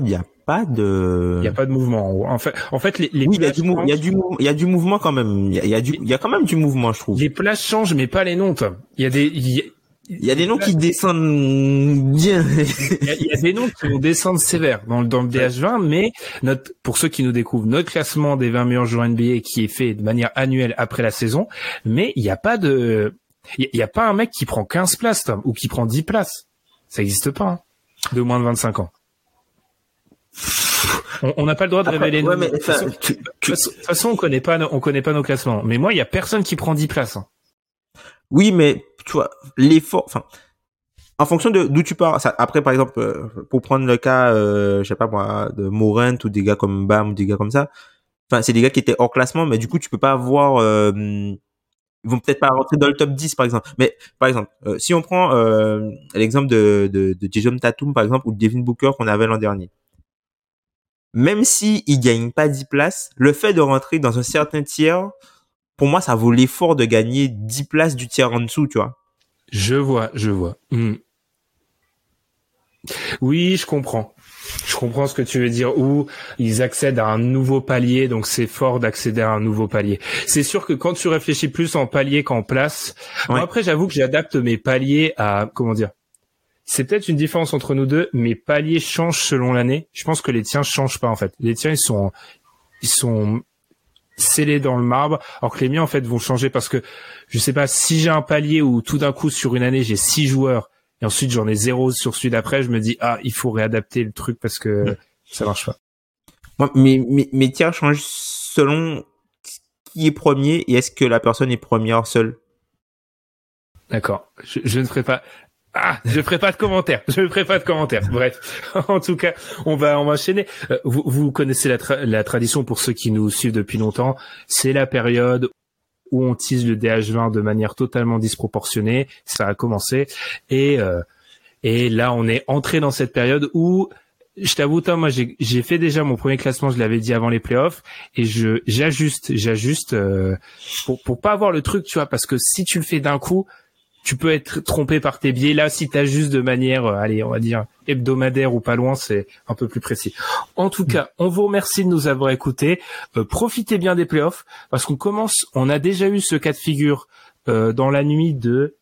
pas de mouvement. En fait, les oui, il y a du mouvement quand même. Il y a quand même du mouvement, je trouve. Les places changent, mais pas les noms, Tom. Il y a des noms qui descendent bien. Il y a des noms qui vont descendre sévère dans le DH20, mais pour ceux qui nous découvrent, notre classement des 20 meilleurs joueurs NBA qui est fait de manière annuelle après la saison, mais il y a pas un mec qui prend 15 places, Tom, ou qui prend 10 places. Ça existe pas, hein, de moins de 25 ans. On n'a pas le droit de révéler nos... De toute façon, on connaît pas nos classements. Mais moi, il y a personne qui prend 10 places, hein. Oui, mais tu vois, l'effort, enfin, en fonction de d'où tu pars. Ça, après, par exemple, pour prendre le cas, je sais pas moi, de Morant ou des gars comme Bam ou des gars comme ça. Enfin, c'est des gars qui étaient hors classement, mais du coup, tu peux pas avoir, ils vont peut-être pas rentrer dans le top 10, par exemple. Mais, par exemple, si on prend, l'exemple de Jason Tatum, par exemple, ou de Devin Booker qu'on avait l'an dernier. Même si ils gagnent pas 10 places, le fait de rentrer dans un certain tiers, pour moi, ça vaut l'effort de gagner 10 places du tiers en dessous, tu vois. Je vois. Oui, je comprends ce que tu veux dire, où ils accèdent à un nouveau palier, donc c'est fort d'accéder à un nouveau palier. C'est sûr que quand tu réfléchis plus en palier qu'en place, ouais. Bon, après j'avoue que j'adapte mes paliers à, comment dire, c'est peut-être une différence entre nous deux, mes paliers changent selon l'année. Je pense que les tiens changent pas en fait. Les tiens ils sont scellés dans le marbre, alors que les miens en fait vont changer parce que je sais pas, si j'ai un palier où tout d'un coup sur une année j'ai 6 joueurs et ensuite j'en ai 0 sur celui d'après, je me dis il faut réadapter le truc parce que ça marche pas. Moi, mes tiers changent selon qui est premier et est-ce que la personne est première seule. D'accord. Je ne ferai pas. Je ferai pas de commentaires. Bref, en tout cas, on va enchaîner. Vous connaissez la tradition pour ceux qui nous suivent depuis longtemps. C'est la période où on tease le DH20 de manière totalement disproportionnée. Ça a commencé et là, on est entré dans cette période où, je t'avoue, Tom, moi, j'ai fait déjà mon premier classement. Je l'avais dit avant les playoffs et j'ajuste pour pas avoir le truc, tu vois, parce que si tu le fais d'un coup, tu peux être trompé par tes biais. Là, si t'ajustes de manière, on va dire, hebdomadaire ou pas loin, c'est un peu plus précis. En tout cas, on vous remercie de nous avoir écoutés. Profitez bien des playoffs, parce on a déjà eu ce cas de figure dans la nuit de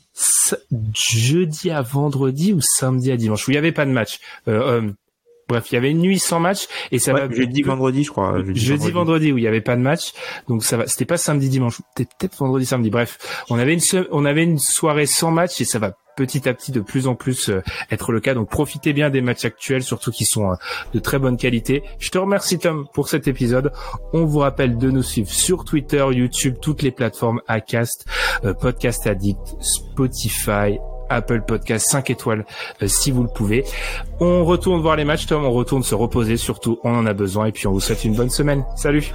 jeudi à vendredi ou samedi à dimanche, où il n'y avait pas de match. Bref, il y avait une nuit sans match et ça va. Jeudi, vendredi, je crois. Jeudi, vendredi, où il y avait pas de match. Donc ça va. C'était pas samedi, dimanche. Peut-être vendredi, samedi. Bref, on avait une soirée sans match et ça va petit à petit de plus en plus être le cas. Donc profitez bien des matchs actuels, surtout qui sont de très bonne qualité. Je te remercie Tom pour cet épisode. On vous rappelle de nous suivre sur Twitter, YouTube, toutes les plateformes Acast, Podcast Addict, Spotify, Apple Podcast, 5 étoiles si vous le pouvez. On retourne voir les matchs, Tom, on retourne se reposer, surtout on en a besoin, et puis on vous souhaite une bonne semaine. Salut.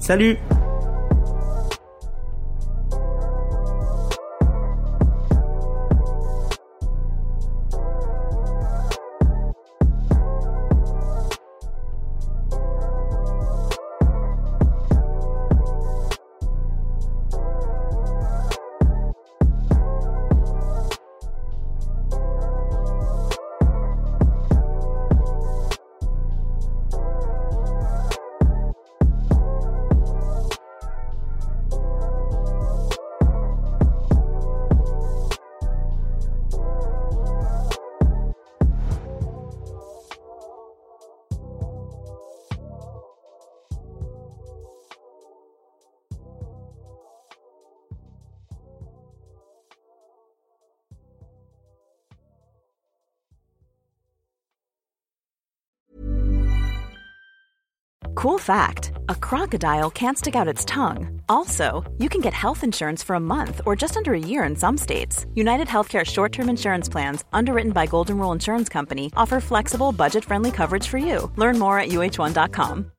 Cool fact, a crocodile can't stick out its tongue. Also, you can get health insurance for a month or just under a year in some states. United Healthcare short-term insurance plans, underwritten by Golden Rule Insurance Company, offer flexible, budget-friendly coverage for you. Learn more at uh1.com.